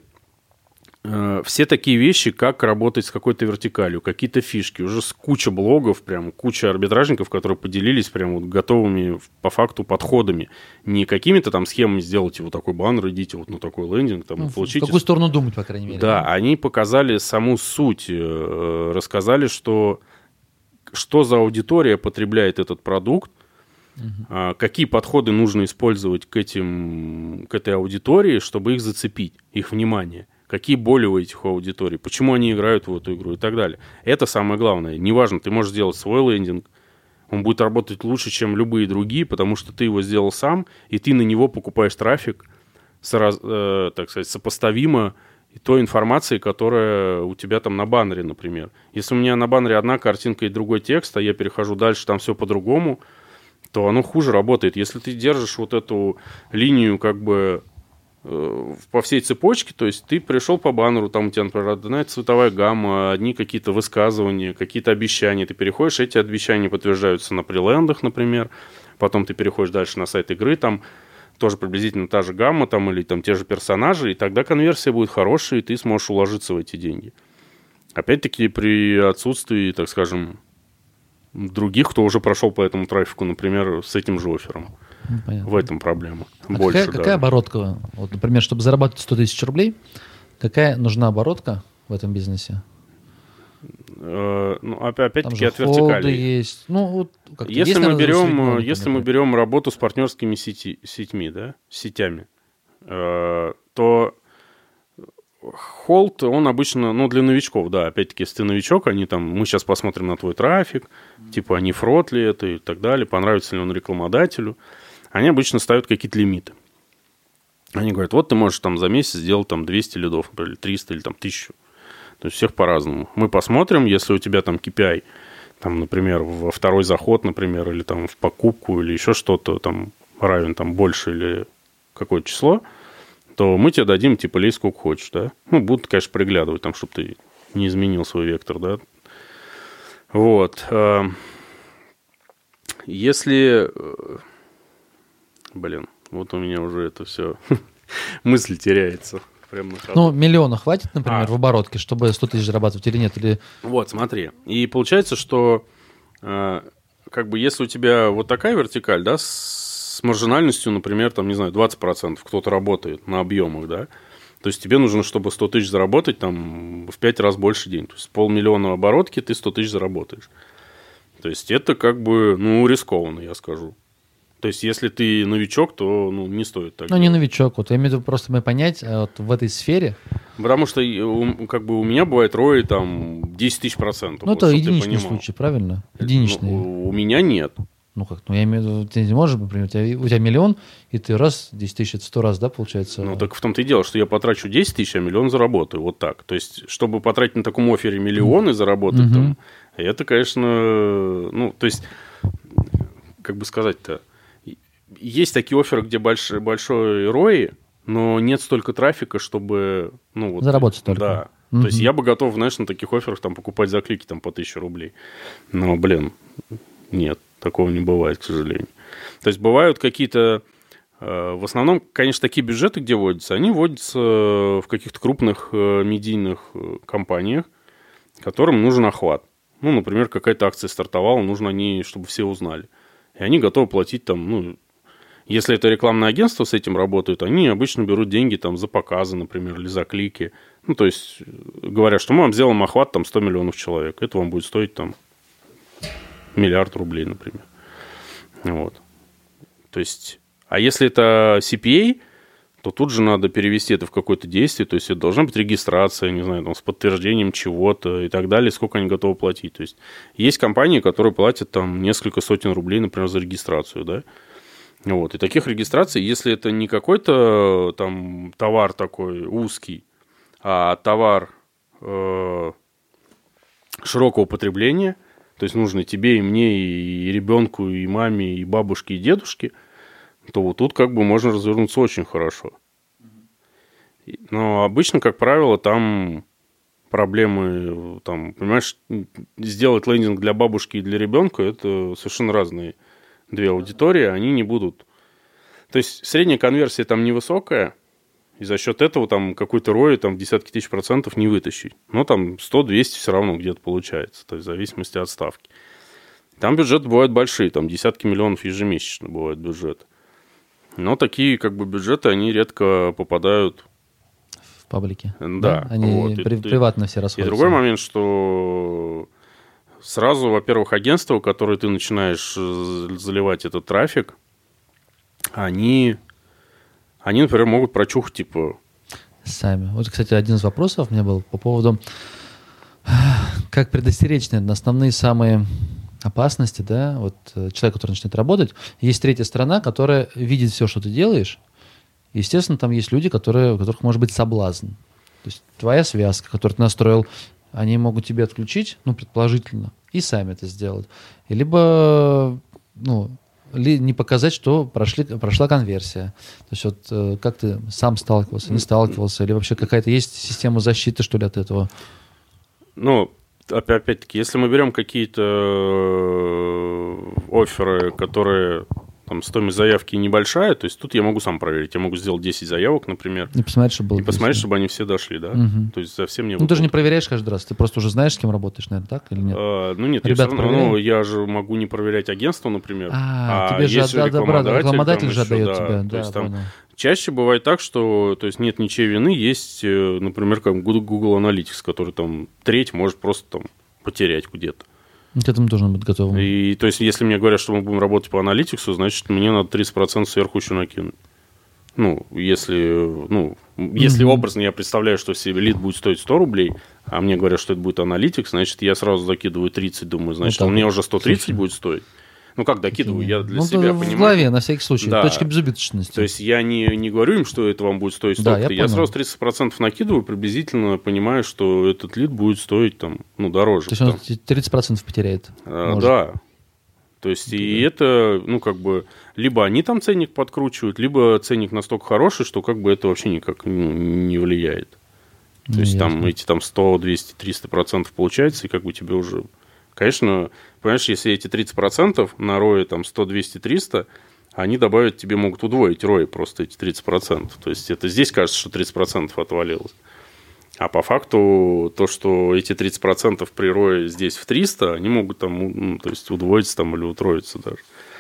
все такие вещи, как работать с какой-то вертикалью, какие-то фишки. Уже с куча блогов, прям куча арбитражников, которые поделились прям вот готовыми по факту подходами. Не какими-то там схемами сделайте вот такой баннер, идите вот на такой лендинг. Там, ну, получите... В какую сторону думать, по крайней мере. Да, да, они показали саму суть, рассказали, что, что за аудитория потребляет этот продукт, Uh-huh. какие подходы нужно использовать к, этим, к этой аудитории, чтобы их зацепить, их внимание. Какие боли у этих аудиторий, почему они играют в эту игру и так далее. Это самое главное. Неважно, ты можешь сделать свой лендинг, он будет работать лучше, чем любые другие, потому что ты его сделал сам, и ты на него покупаешь трафик, сораз, э, так сказать, сопоставимо и той информацией, которая у тебя там на баннере, например. Если у меня на баннере одна картинка и другой текст, а я перехожу дальше, там все по-другому, то оно хуже работает. Если ты держишь вот эту линию как бы э, по всей цепочке, то есть ты пришел по баннеру, там у тебя, например, одна цветовая гамма, одни какие-то высказывания, какие-то обещания, ты переходишь, эти обещания подтверждаются на прилендах, например, потом ты переходишь дальше на сайт игры, там тоже приблизительно та же гамма там, или там те же персонажи, и тогда конверсия будет хорошая, и ты сможешь уложиться в эти деньги. Опять-таки при отсутствии, так скажем, других, кто уже прошел по этому трафику, например, с этим же оффером. Понятно. В этом проблема. А Больше, какая, какая оборотка? Вот, например, чтобы зарабатывать сто тысяч рублей, какая нужна оборотка в этом бизнесе? Э, ну, опять-таки Там же от вертикали. холды есть. Ну, вот, как-то Если, есть, мы, наверное, берем, усредненка, если мы например. берем работу с партнерскими сети, сетьми, да, сетями, э, то холд, он обычно, ну, для новичков, да, опять-таки, если ты новичок, они там, мы сейчас посмотрим на твой трафик, типа, не фрод ли это и так далее, понравится ли он рекламодателю, они обычно ставят какие-то лимиты. Они говорят, вот ты можешь там за месяц сделать там двести лидов, например, триста или там тысячу. То есть всех по-разному. Мы посмотрим, если у тебя там кей пи ай, там, например, во второй заход, например, или там в покупку, или еще что-то там равен там больше или какое-то число, то мы тебе дадим, типа, лезь сколько хочешь, да. Ну, будут, конечно, приглядывать, там, чтобы ты не изменил свой вектор, да. Вот. Если... Блин, вот у меня уже это все... мысль теряется. Прям на ходу. Ну, миллиона хватит, например, А. в оборотке, чтобы сто тысяч зарабатывать или нет? Или... Вот, смотри. И получается, что э, как бы если у тебя вот такая вертикаль, да, с маржинальностью, например, там, не знаю, двадцать процентов кто-то работает на объемах, да, то есть тебе нужно, чтобы сто тысяч заработать, там, в пять раз больше денег. То есть полмиллиона оборотки, ты сто тысяч заработаешь. То есть это как бы, ну, рискованно, я скажу. То есть, если ты новичок, то ну, не стоит так Ну, делать. не новичок. Вот я имею в виду просто мы понять, а вот в этой сфере... Потому что у- как бы у меня бывает рои там десять тысяч процентов. Ну, вот, это чтоб ты единичный понимал. случай, правильно? Единичный. Ну, Ну, у меня нет. как? Ну, я имею в виду, ты не можешь, например, у тебя, у тебя миллион, и ты раз, десять тысяч, это сто раз, да, получается? Ну, так в том-то и дело, что я потрачу десять тысяч, а миллион заработаю. Вот так. То есть, чтобы потратить на таком оффере миллион и заработать Мгм. там, это, конечно, ну, то есть, как бы сказать-то, есть такие офферы, где больш, большой рои, но нет столько трафика, чтобы... Ну, вот, Заработать столько. Да. Мгм. То есть, я бы готов, знаешь, на таких офферах там покупать за клики там, по тысяче рублей. Но, блин, нет, такого не бывает, к сожалению. То есть, бывают какие-то... э, В основном, конечно, такие бюджеты, где вводятся, они вводятся в каких-то крупных э, медийных э, компаниях, которым нужен охват. Ну, например, какая-то акция стартовала, нужно о ней, чтобы все узнали. И они готовы платить там, ну, если это рекламное агентство с этим работают, они обычно берут деньги там за показы, например, или за клики. Ну, то есть, говорят, что мы вам сделаем охват там сто миллионов человек. Это вам будет стоить там миллиард рублей, например. Вот. То есть, а если это си пи эй, то тут же надо перевести это в какое-то действие. То есть, это должна быть регистрация, не знаю, там, с подтверждением чего-то и так далее, сколько они готовы платить. То есть, есть компании, которые платят там несколько сотен рублей, например, за регистрацию, да. Вот. И таких регистраций, если это не какой-то там товар такой узкий, а товар э, широкого потребления, то есть нужно тебе, и мне, и ребенку, и маме, и бабушке, и дедушке, то вот тут как бы можно развернуться очень хорошо. Но обычно, как правило, там проблемы, там, понимаешь, сделать лендинг для бабушки и для ребенка – это совершенно разные две аудитории, они не будут... То есть средняя конверсия там невысокая, и за счет этого там какой-то рой там в десятки тысяч процентов не вытащить. Но там сто-двести все равно где-то получается, то есть в зависимости от ставки. Там бюджеты бывают большие, там десятки миллионов ежемесячно бывают бюджеты. Но такие как бы бюджеты, они редко попадают... В паблике. Да. Они Вот. при- И- приватно все И расходятся. другой момент, что сразу, во-первых, агентства, в которые ты начинаешь э, заливать этот трафик, они, они, например, могут прочухать, типа... Сами. Вот, кстати, один из вопросов у меня был по поводу, как предостеречь, наверное, основные самые опасности, да, вот э, человек, который начинает работать. Есть третья сторона, которая видит все, что ты делаешь. Естественно, там есть люди, которые, у которых может быть соблазн. есть твоя связка, которую ты настроил, они могут тебе отключить, ну, предположительно, и сами это сделать. И либо, ну, ли, не показать, что прошли, прошла конверсия. То есть вот э, как ты сам сталкивался, не сталкивался, или вообще какая-то есть система защиты, что ли, от этого? Ну, опять-таки, если мы берем какие-то офферы, которые... Там стоимость заявки небольшая, то есть тут я могу сам проверить. Я могу сделать десять заявок, например. И посмотреть, чтобы было. И посмотреть, чтобы они все дошли, да. Угу. То есть совсем не... Ну, ты же не проверяешь каждый раз, ты просто уже знаешь, с кем работаешь, наверное, так или нет? А, ну, нет, Ребята, я, равно, ну, я же могу не проверять агентство, например. А, а тебе же если отда- рекламодатель, рекламодатель же еще, отдает да, тебе. То Да, есть там понял. чаще бывает так, что то есть нет ничьей вины, есть, например, как Google Analytics, который там треть может просто там потерять где-то. К этому должен быть готовым. И то есть, если мне говорят, что мы будем работать по аналитиксу, значит, мне надо тридцать процентов сверху еще накинуть. Ну, если, ну, если mm-hmm. образно я представляю, что себе лид будет стоить сто рублей, а мне говорят, что это будет аналитик, значит, я сразу закидываю тридцать, думаю, значит, вот он мне уже сто тридцать будет стоить. Ну, как докидываю, я для ну, себя в понимаю. В голове, на всякий случай, да. точка безубыточности. То есть, я не, не говорю им, что это вам будет стоить столько. Да, я, я сразу тридцать процентов накидываю, приблизительно понимаю, что этот лид будет стоить там, ну, дороже. То есть, он тридцать процентов потеряет. А, да. То есть, да. И это, ну, как бы, либо они там ценник подкручивают, либо ценник настолько хороший, что как бы это вообще никак ну, не влияет. То ну, есть, ясно. Там эти там сто, двести, триста процентов получается, и как бы тебе уже... Конечно, понимаешь, если эти тридцать процентов на рое там сто, двести, триста, они добавят, тебе могут удвоить рой просто эти тридцать процентов. То есть, это здесь кажется, что тридцать процентов отвалилось. А по факту то, что эти тридцать процентов при рое здесь в триста, они могут там, ну, то есть, удвоиться там или утроиться даже.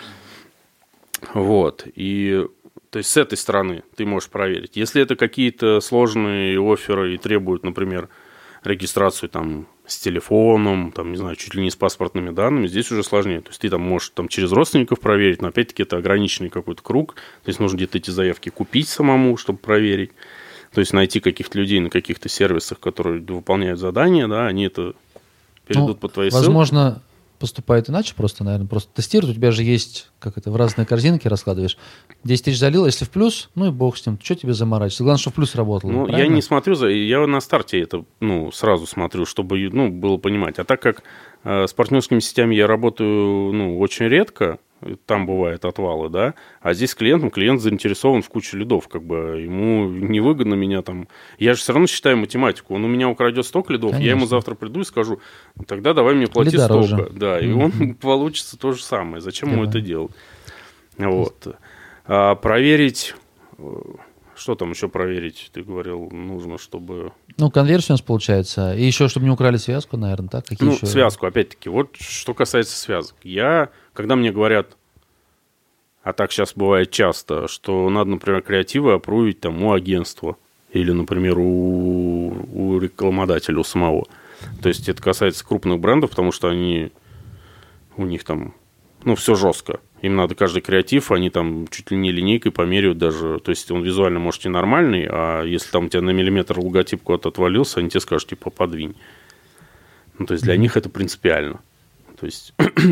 Вот. И то есть, с этой стороны ты можешь проверить. Если это какие-то сложные офферы и требуют, например, регистрацию там с телефоном, там, не знаю, чуть ли не с паспортными данными, здесь уже сложнее. То есть, ты там можешь там, через родственников проверить, но, опять-таки, это ограниченный какой-то круг. То есть, нужно где-то эти заявки купить самому, чтобы проверить. То есть, найти каких-то людей на каких-то сервисах, которые выполняют задания, да, они это перейдут ну, под твои ссылки. Возможно, поступает иначе просто, наверное, просто тестируют. У тебя же есть, как это, в разные корзинки раскладываешь. десять тысяч залил, если в плюс, ну и бог с ним. Что тебе заморачиваться? Главное, что в плюс работало. Ну, правильно? Я не смотрю, за, я на старте это, ну, сразу смотрю, чтобы, ну, было понимать. А так как э, с партнерскими сетями я работаю, ну, очень редко, там бывают отвалы, да, а здесь с клиентом, клиент заинтересован в куче лидов, как бы ему невыгодно меня там... Я же все равно считаю математику, он у меня украдет столько лидов, конечно. Я ему завтра приду и скажу, тогда давай мне плати Лида столько. Дороже. Да, и mm-hmm. он получится то же самое. Зачем давай. Ему это делать? Вот. А проверить... Что там еще проверить? Ты говорил, нужно, чтобы... Ну, конверсию у нас получается. И еще, чтобы не украли связку, наверное, так? Какие ну, еще... связку, опять-таки. Вот что касается связок. Я, когда мне говорят, а так сейчас бывает часто, что надо, например, креативы опрувить там у агентства или, например, у, у рекламодателя, у самого. То есть, это касается крупных брендов, потому что они... У них там, ну, все жестко. Им надо каждый креатив, они там чуть ли не линейкой померяют даже. То есть, он визуально, может, и нормальный, а если там у тебя на миллиметр логотип куда-то отвалился, они тебе скажут, типа, подвинь. Ну, то есть, для mm-hmm. них это принципиально. То есть,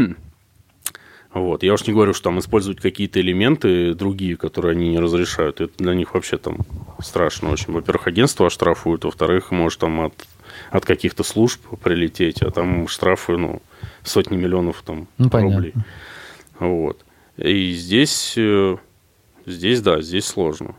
вот. Я уж не говорю, что там использовать какие-то элементы другие, которые они не разрешают. Это для них вообще там страшно очень. Во-первых, агентство оштрафуют, во-вторых, может там от, от каких-то служб прилететь, а там штрафы, ну, сотни миллионов там ну, рублей. Понятно. Вот. И здесь, здесь, да, здесь сложно.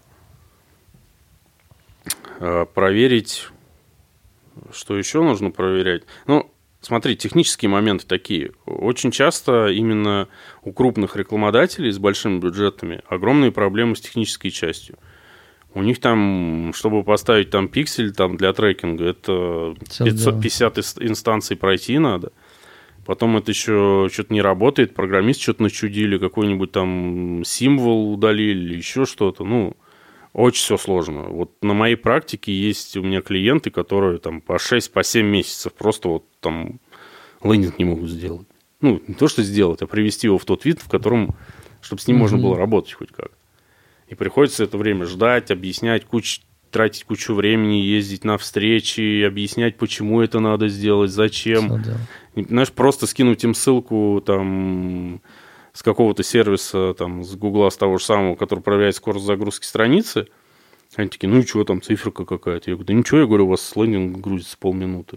Проверить, что еще нужно проверять. Ну, смотри, технические моменты такие. Очень часто именно у крупных рекламодателей с большими бюджетами огромные проблемы с технической частью. У них там, чтобы поставить там пиксель там, для трекинга, это пятьсот пятьдесят инстанций пройти надо. Потом это еще что-то не работает, программист что-то начудили, какой-нибудь там символ удалили, еще что-то. Ну, очень все сложно. Вот на моей практике есть у меня клиенты, которые там по шесть, по семь месяцев просто вот там лендинг не могут сделать. Ну, не то, что сделать, а привести его в тот вид, в котором, чтобы с ним mm-hmm. можно было работать хоть как-то. И приходится это время ждать, объяснять, куч... тратить кучу времени, ездить на встречи, объяснять, почему это надо сделать, зачем. Знаешь, просто скинуть им ссылку там, с какого-то сервиса, там, с Гугла, с того же самого, который проверяет скорость загрузки страницы, Они такие, ну и что там, циферка какая-то? Я говорю, да ничего, я говорю, у вас с лендинга грузится полминуты.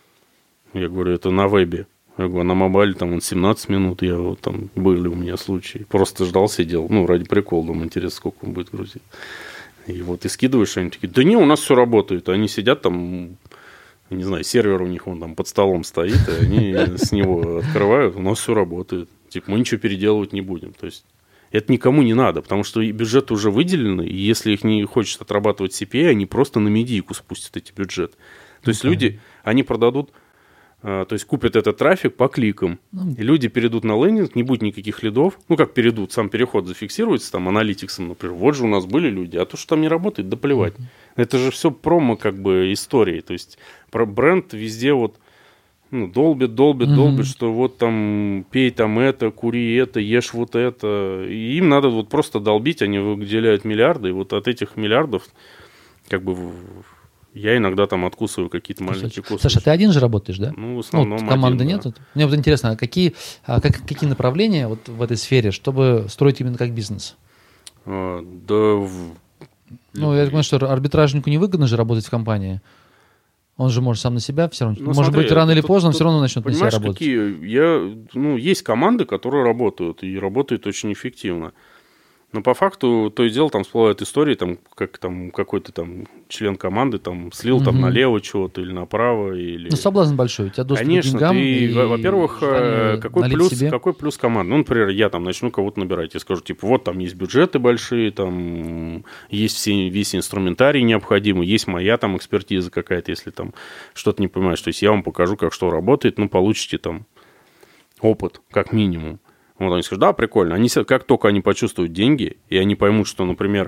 Я говорю, это на вебе. Я говорю, а на мобайле там он семнадцать минут, я вот там, были у меня случаи. Просто ждал, сидел, ну, ради прикола, думаю, интересно, сколько он будет грузить. И вот и скидываешь, они такие, да не, у нас все работает. Они сидят там, не знаю, сервер у них, он там под столом стоит, и они с него открывают, у нас все работает. Типа, мы ничего переделывать не будем. То есть, это никому не надо, потому что бюджеты уже выделены, и если их не хочет отрабатывать си пи эй, они просто на медийку спустят эти бюджеты. То есть, okay. люди, они продадут, то есть купят этот трафик по кликам, и люди перейдут на лендинг, не будет никаких лидов, ну как перейдут, сам переход зафиксируется там аналитиксом, например, вот же у нас были люди, а то, что там не работает, да плевать. Mm-hmm. Это же все промо как бы истории, то есть про бренд везде вот ну, долбит, долбит, mm-hmm. долбит, что вот там пей там это, кури это, ешь вот это, и им надо вот просто долбить, они выделяют миллиарды, и вот от этих миллиардов как бы... Я иногда там откусываю какие-то маленькие куски. Саша, ты один же работаешь, да? Ну, в основном ну, команды один, нет? Да. Мне вот интересно, а какие, а как, какие направления вот в этой сфере, чтобы строить именно как бизнес? А, да... В... Ну, я думаю, что арбитражнику невыгодно же работать в компании. Он же может сам на себя все равно. Ну, Может смотри, быть, рано или тут, поздно тут, он все равно начнет на себя работать. Какие? Я, ну, есть команды, которые работают, и работают очень эффективно. Но по факту то и дело там всплывают истории, там, как там какой-то там член команды там слил угу. там налево чего-то или направо. Или... Ну, соблазн большой, у тебя доступ Конечно, к деньгам. Ты, и во-первых, какой плюс, какой плюс команды? Ну, например, я там начну кого-то набирать. Я скажу, типа, вот там есть бюджеты большие, там есть все, весь инструментарий необходимый, есть моя там экспертиза какая-то, если там что-то не понимаешь. То есть я вам покажу, как что работает, ну, получите там опыт, как минимум. Вот они скажут, да, прикольно. Они, как только они почувствуют деньги, и они поймут, что, например,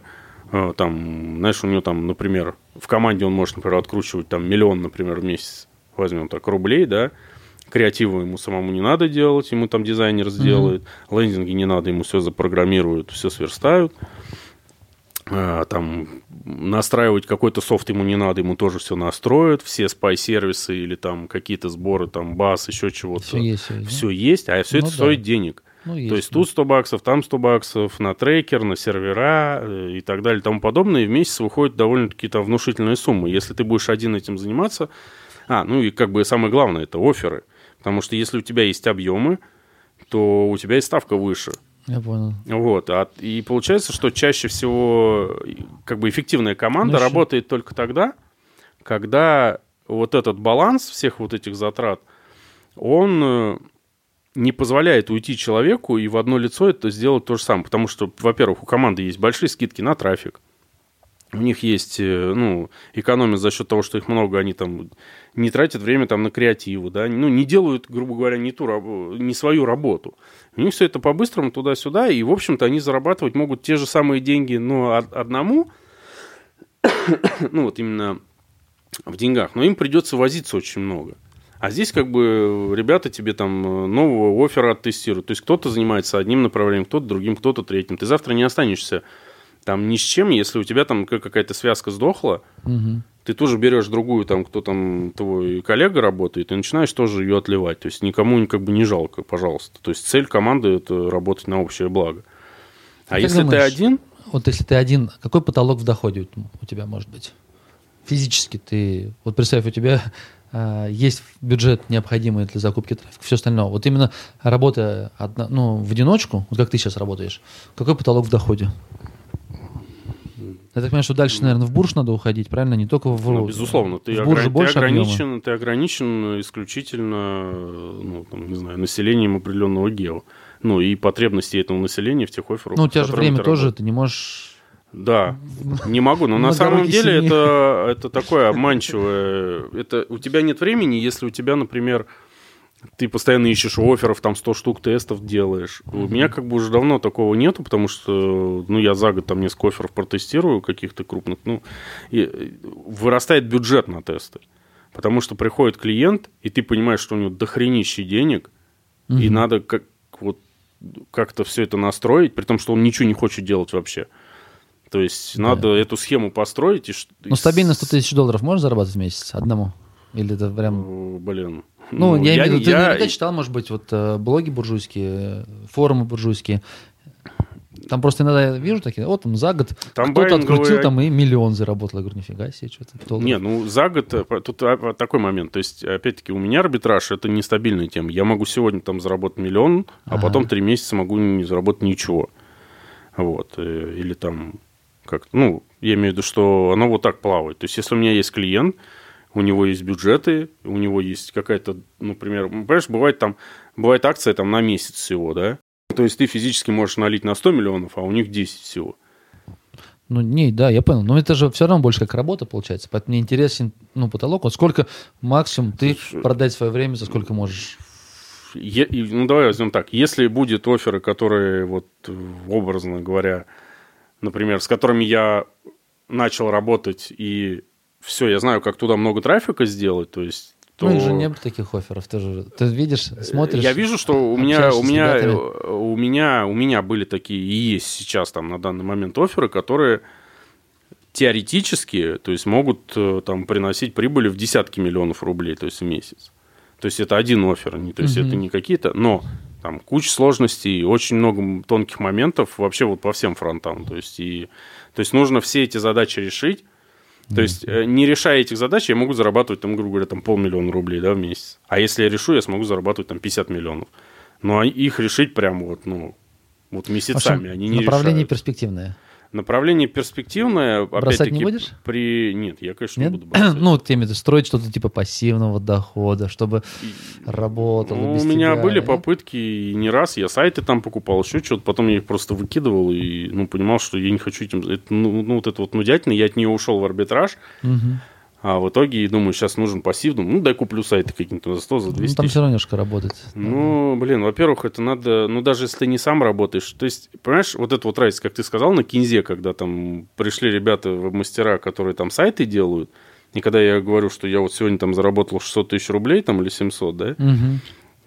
там, знаешь, у него там, например, в команде он может, например, откручивать там миллион, например, в месяц, возьмем так, рублей, да, креативу ему самому не надо делать, ему там дизайнер сделает, mm-hmm. лендинги не надо, ему все запрограммируют, все сверстают. Там настраивать какой-то софт ему не надо, ему тоже все настроят, все спай-сервисы или там какие-то сборы, там бас, еще чего-то. Все есть. Все, все есть, а все ну, это да. стоит денег. Ну, есть, То есть да. тут сто баксов, там сто баксов, на трекер, на сервера и так далее и тому подобное. И в месяц выходит довольно-таки там внушительные суммы. Если ты будешь один этим заниматься... А, ну и как бы самое главное, это офферы. Потому что если у тебя есть объемы, то у тебя и ставка выше. Я понял. Вот, а, и получается, что чаще всего как бы эффективная команда ну, работает только тогда, когда вот этот баланс всех вот этих затрат, он не позволяет уйти человеку и в одно лицо это сделать то же самое. Потому что, во-первых, у команды есть большие скидки на трафик. У них есть, ну, экономия за счет того, что их много, они там не тратят время там на креативу, да, ну, не делают, грубо говоря, не, ту, не свою работу. У них все это по-быстрому туда-сюда, и, в общем-то, они зарабатывать могут те же самые деньги, но одному, ну, вот именно в деньгах, но им придется возиться очень много. А здесь как бы ребята тебе там нового оффера оттестируют. То есть кто-то занимается одним направлением, кто-то другим, кто-то третьим. Ты завтра не останешься там ни с чем, если у тебя там какая-то связка сдохла, угу. ты тоже берешь другую, там, кто там твой коллега работает, и начинаешь тоже ее отливать. То есть никому как бы не жалко, пожалуйста. То есть цель команды – это работать на общее благо. А как если думаешь, ты один… Вот если ты один, какой потолок в доходе у тебя может быть? Физически ты… Вот представь, у тебя э, есть бюджет, необходимый для закупки трафика, все остальное. Вот именно работая одна, ну, в одиночку, вот как ты сейчас работаешь, какой потолок в доходе? Я так понимаю, что дальше, наверное, в бурж надо уходить, правильно? Не только в... Ну, безусловно. Ты, в бурже ограни- ты, ограничен, объема. ты ограничен исключительно, ну, там, не знаю, населением определенного гео. Ну, и потребностей этого населения в тех офферах. Ну, у тебя же время ты тоже, ты не можешь... Да, не могу, но на самом деле это, это такое обманчивое. Это, у тебя нет времени, если у тебя, например... Ты постоянно ищешь офферов, там сто штук тестов делаешь. Mm-hmm. У меня как бы уже давно такого нету, потому что ну, я за год там несколько офферов протестирую, каких-то крупных. Ну, и вырастает бюджет на тесты. Потому что приходит клиент, и ты понимаешь, что у него дохренища денег, mm-hmm. и надо как, вот, как-то все это настроить, при том, что он ничего не хочет делать вообще. То есть да. надо эту схему построить. И... Ну, стабильно сто тысяч долларов можешь зарабатывать в месяц одному? Или это прям... Блин... Ну, ну, я, я имею в виду, ты я... наверняка читал, может быть, вот блоги буржуйские, форумы буржуйские. Там просто иногда я вижу такие, вот там за год Там кто-то байинговые- открутил там и миллион заработал. Я говорю, нифига себе, что-то. Не, ну за год э, по- тут а, такой момент. То есть, опять-таки, у меня арбитраж это нестабильная тема. Я могу сегодня там заработать миллион, а Ага. потом три месяца могу не заработать ничего. Вот. э, Или там как ну, я имею в виду, что оно вот так плавает. То есть, если у меня есть клиент, у него есть бюджеты, у него есть какая-то, например, понимаешь, бывает там, бывает акция там на месяц всего, да? То есть, ты физически можешь налить на сто миллионов, а у них десять всего. Ну, не, да, я понял. Но это же все равно больше как работа получается. Поэтому мне интересен, ну, потолок. Вот сколько максимум ты Слушай, продать свое время, за сколько можешь? Е- и- ну, давай возьмем так. Если будет офферы, которые, вот, образно говоря, например, с которыми я начал работать, и все, я знаю, как туда много трафика сделать, то есть... То... Ну, их же не было таких офферов. Ты же ты видишь, смотришь. Я вижу, что у меня, общаешься у, с меня, ребятами. у, меня, у меня были такие, и есть сейчас там на данный момент офферы, которые теоретически, то есть могут э, там приносить прибыли в десятки миллионов рублей, то есть в месяц. То есть это один оффер, не- то есть Мгм. это не какие-то, но там куча сложностей, очень много тонких моментов вообще вот по всем фронтам. То есть, и, то есть нужно все эти задачи решить. То есть, э, не решая этих задач, я могу зарабатывать, там, грубо говоря, там, полмиллиона рублей, да, в месяц. А если я решу, я смогу зарабатывать там пятьдесят миллионов. Но их решить прям вот, ну, вот В общем, месяцами они не направление решают. перспективное. Направление перспективное. Бросать опять-таки, не будешь? При... Нет, я, конечно, Нет? не буду бросать. Ну, вот именно строить что-то типа пассивного дохода, чтобы работало Ну, без у меня тебя, были нет? попытки, и не раз я сайты там покупал, еще что-то, потом я их просто выкидывал и, ну, понимал, что я не хочу этим... Это, ну, ну, вот это вот нудятина, я от нее ушел в арбитраж, Мгм. а в итоге, и думаю, сейчас нужен пассивный, ну, дай куплю сайты какие-то за сто, за Ну, двести там тысяч. все равно немножко работать. Ну, блин, во-первых, это надо, ну, даже если ты не сам работаешь, то есть, понимаешь, вот это вот разница, как ты сказал, на Кинзе, когда там пришли ребята, мастера, которые там сайты делают, и когда я говорю, что я вот сегодня там заработал шестьсот тысяч рублей, там, или семьсот, да, Мгм.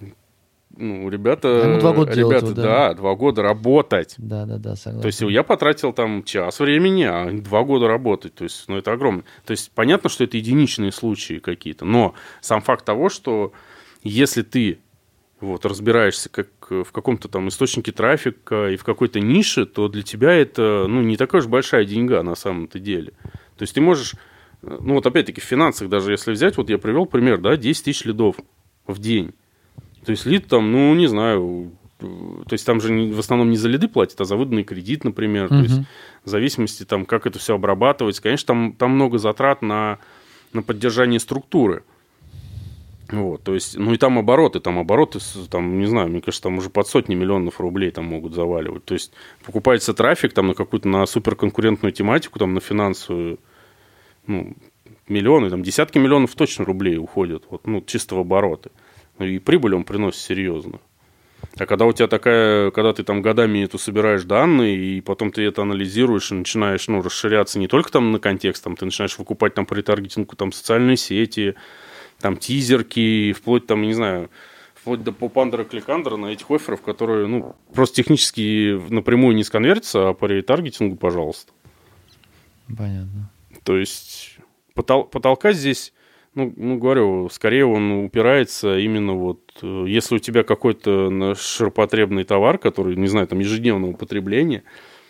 ну, ребята, А ему два года делать ребята, вот, да. да, два года работать. Да, да, да, согласен. То есть я потратил там час времени, а два года работать. То есть, ну, это огромно. То есть понятно, что это единичные случаи какие-то. Но сам факт того, что если ты вот, разбираешься как в каком-то там источнике трафика и в какой-то нише, то для тебя это, ну, не такая уж большая деньга на самом-то деле. То есть ты можешь, ну, вот опять-таки в финансах даже если взять, вот я привел пример, да, десять тысяч лидов в день. То есть лид там, ну, не знаю, то есть там же не- в основном не за лиды платят, а за выданный кредит, например. То Мгм. есть в зависимости, там, как это все обрабатывается. Конечно, там, там много затрат на, на поддержание структуры. Вот, то есть, ну и там обороты, там обороты, с- там, не знаю, мне кажется, там уже под сотни миллионов рублей там могут заваливать. То есть покупается трафик там на какую-то, на суперконкурентную тематику, там на финансовую, ну, миллионы, там десятки миллионов точно рублей уходят, вот, ну, чисто в обороты. Ну, и прибыль он приносит серьезно. А когда у тебя такая, когда ты там годами эту собираешь данные, и потом ты это анализируешь и начинаешь, ну, расширяться не только там на контекст, там ты начинаешь выкупать там по ретаргетингу там социальные сети, там тизерки, вплоть там, не знаю, вплоть до попандера, кликандера на этих офферов, которые, ну, просто технически напрямую не сконвертятся, а по ретаргетингу, пожалуйста. Понятно. То есть потол- потолка здесь, ну, ну, говорю, скорее он упирается именно вот, э, если у тебя какой-то на- ширпотребный товар, который, не знаю, там ежедневного потребления,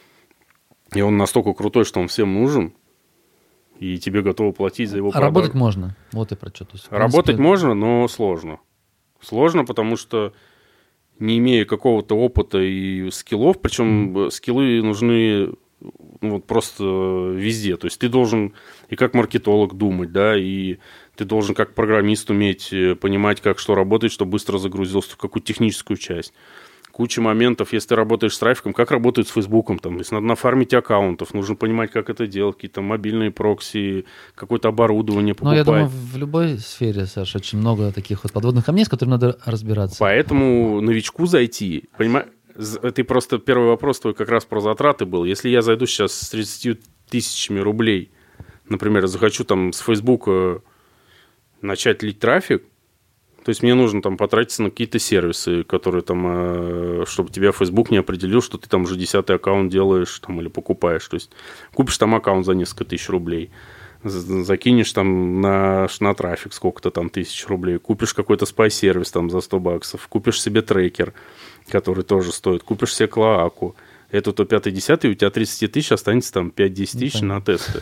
и он настолько крутой, что он всем нужен, и тебе готовы платить за его А продажу. работать можно. Вот и про что. То есть, в Работать принципе, можно, но сложно. Сложно, потому что не имея какого-то опыта и скиллов, причем скиллы нужны ну, вот просто везде. То есть ты должен и как маркетолог думать, да, и ты должен как программист уметь э, понимать, как что работает, чтобы быстро загрузился в какую-то техническую часть. Куча моментов, если ты работаешь с трафиком, как работает с Фейсбуком, там, если надо нафармить аккаунтов, нужно понимать, как это делать, какие-то мобильные прокси, какое-то оборудование Ну, покупать. я думаю, в любой сфере, Саша, очень много таких вот подводных камней, с которыми надо разбираться. Поэтому новичку зайти, понимаешь, ты просто первый вопрос твой как раз про затраты был. Если я зайду сейчас с тридцатью тысячами рублей, например, захочу там с Фейсбука начать лить трафик, то есть мне нужно там потратиться на какие-то сервисы, которые там, э, чтобы тебя Facebook не определил, что ты там уже десятый аккаунт делаешь там, или покупаешь. То есть купишь там аккаунт за несколько тысяч рублей, з- закинешь там на, на трафик сколько-то там тысяч рублей, купишь какой-то спай-сервис там за сто баксов, купишь себе трекер, который тоже стоит, купишь себе клоаку, это то пятый-десятый, у тебя тридцать тысяч останется там пять-десять тысяч на тесты.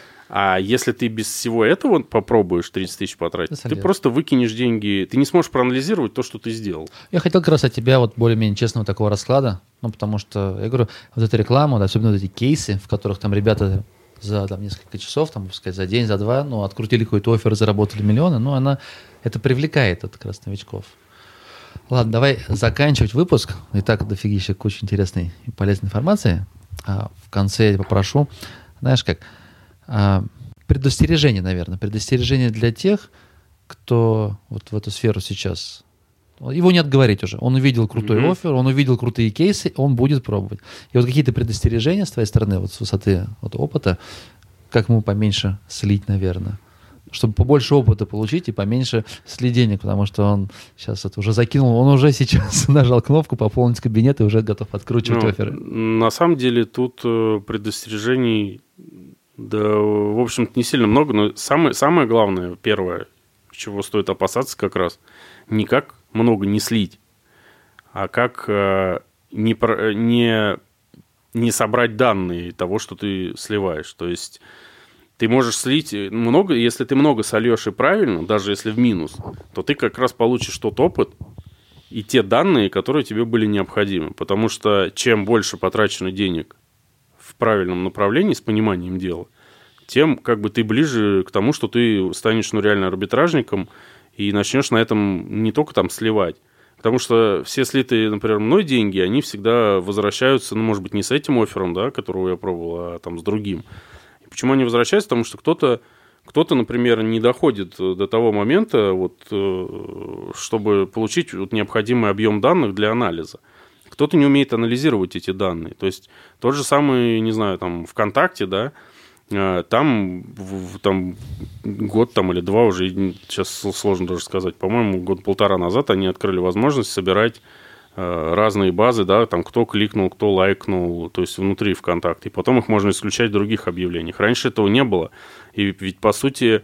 А если ты без всего этого попробуешь тридцать тысяч потратить, ты просто выкинешь деньги, ты не сможешь проанализировать то, что ты сделал. Я хотел как раз от тебя вот более-менее честного такого расклада, ну, потому что, я говорю, вот эта реклама, да, особенно вот эти кейсы, в которых там ребята за там, несколько часов, там, сказать, за день, за два, ну, открутили какой-то оффер, заработали миллионы, ну, она, это привлекает от как раз новичков. Ладно, давай заканчивать выпуск. И так дофигища куча интересной и полезной информации. А в конце я попрошу, знаешь как, предостережение, наверное, предостережение для тех, кто вот в эту сферу сейчас... Его не отговорить уже. Он увидел крутой mm-hmm. оффер, он увидел крутые кейсы, он будет пробовать. И вот какие-то предостережения с твоей стороны, вот с высоты вот опыта, как ему поменьше слить, наверное, чтобы побольше опыта получить и поменьше слить денег, потому что он сейчас это уже закинул, он уже сейчас нажал кнопку «Пополнить кабинет» и уже готов откручивать ну, офферы. На самом деле тут предостережений... Да, в общем-то, не сильно много, но самое, самое главное, первое, чего стоит опасаться как раз, не как много не слить, а как э, не, не, не собрать данные того, что ты сливаешь. То есть ты можешь слить много, если ты много сольешь и правильно, даже если в минус, то ты как раз получишь тот опыт и те данные, которые тебе были необходимы. Потому что чем больше потрачено денег в правильном направлении, с пониманием дела, тем как бы ты ближе к тому, что ты станешь ну, реально арбитражником и начнешь на этом не только там сливать. Потому что все слитые, например, мной деньги, они всегда возвращаются, ну, может быть, не с этим оффером, да, которого я пробовал, а там с другим. И почему они возвращаются? Потому что кто-то, кто-то, например, не доходит до того момента, вот, чтобы получить вот в объем данных для анализа. Кто-то не умеет анализировать эти данные. То есть тот же самый, не знаю, там ВКонтакте, да, там, там год там, или два уже, сейчас сложно даже сказать, по-моему, год-полтора назад они открыли возможность собирать э, разные базы, да, там кто кликнул, кто лайкнул, то есть внутри ВКонтакте. И потом их можно исключать в других объявлениях. Раньше этого не было. И ведь, по сути,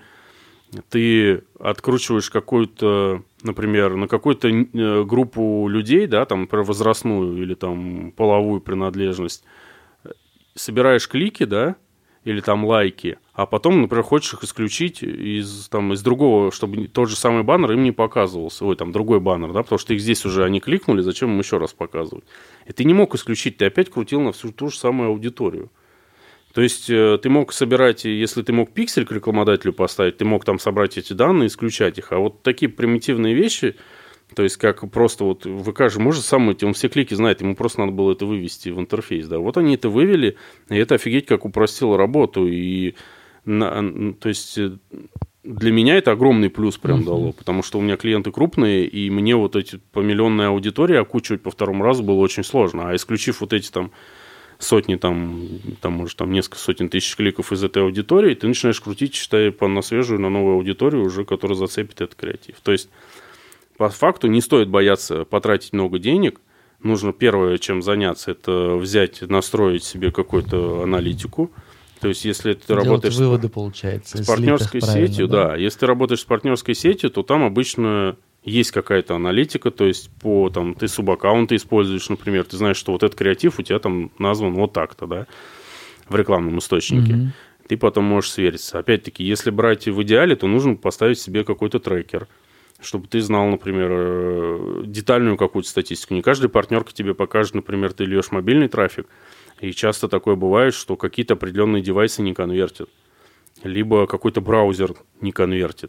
ты откручиваешь какую-то, например, на какую-то группу людей, да, там, например, возрастную или там половую принадлежность, собираешь клики, да, или там лайки, а потом, например, хочешь их исключить из, там, из другого, чтобы тот же самый баннер им не показывался. Ой, там другой баннер, да, потому что их здесь уже они кликнули, зачем им еще раз показывать? И ты не мог исключить, ты опять крутил на всю ту же самую аудиторию. То есть ты мог собирать, если ты мог пиксель к рекламодателю поставить, ты мог там собрать эти данные, исключать их. А вот такие примитивные вещи, то есть как просто вот ВК же может сам эти, он все клики знает, ему просто надо было это вывести в интерфейс. Да. Вот они это вывели, и это офигеть как упростило работу. И, на, то есть для меня это огромный плюс прям uh-huh. дало, потому что у меня клиенты крупные, и мне вот эти помиллионные аудитории окучивать по второму разу было очень сложно. А исключив вот эти там сотни, там, там, может, там несколько сотен тысяч кликов из этой аудитории, ты начинаешь крутить, считай, по, на свежую, на новую аудиторию уже, которая зацепит этот креатив. То есть по факту не стоит бояться потратить много денег. Нужно первое, чем заняться, это взять, настроить себе какую-то аналитику. То есть, если ты делать работаешь выводы, получается, с партнерской сетью, да? да, если ты работаешь с партнерской сетью, то там обычно есть какая-то аналитика, то есть по там ты субаккаунты используешь, например, ты знаешь, что вот этот креатив у тебя там назван вот так-то, да, в рекламном источнике. Mm-hmm. Ты потом можешь свериться. Опять-таки, если брать в идеале, то нужно поставить себе какой-то трекер, чтобы ты знал, например, детальную какую-то статистику. Не каждая партнерка тебе покажет, например, ты льешь мобильный трафик, и часто такое бывает, что какие-то определенные девайсы не конвертят, либо какой-то браузер не конвертит.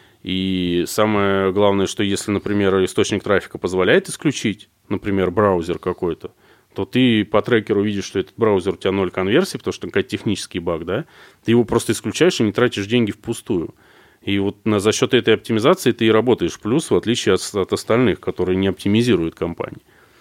И самое главное, что если, например, источник трафика позволяет исключить, например, браузер какой-то, то ты по трекеру видишь, что этот браузер у тебя ноль конверсии, потому что какой-то технический баг, да? Ты его просто исключаешь и не тратишь деньги впустую. И вот на, за счет этой оптимизации ты и работаешь плюс, в отличие от, от остальных, которые не оптимизируют компании.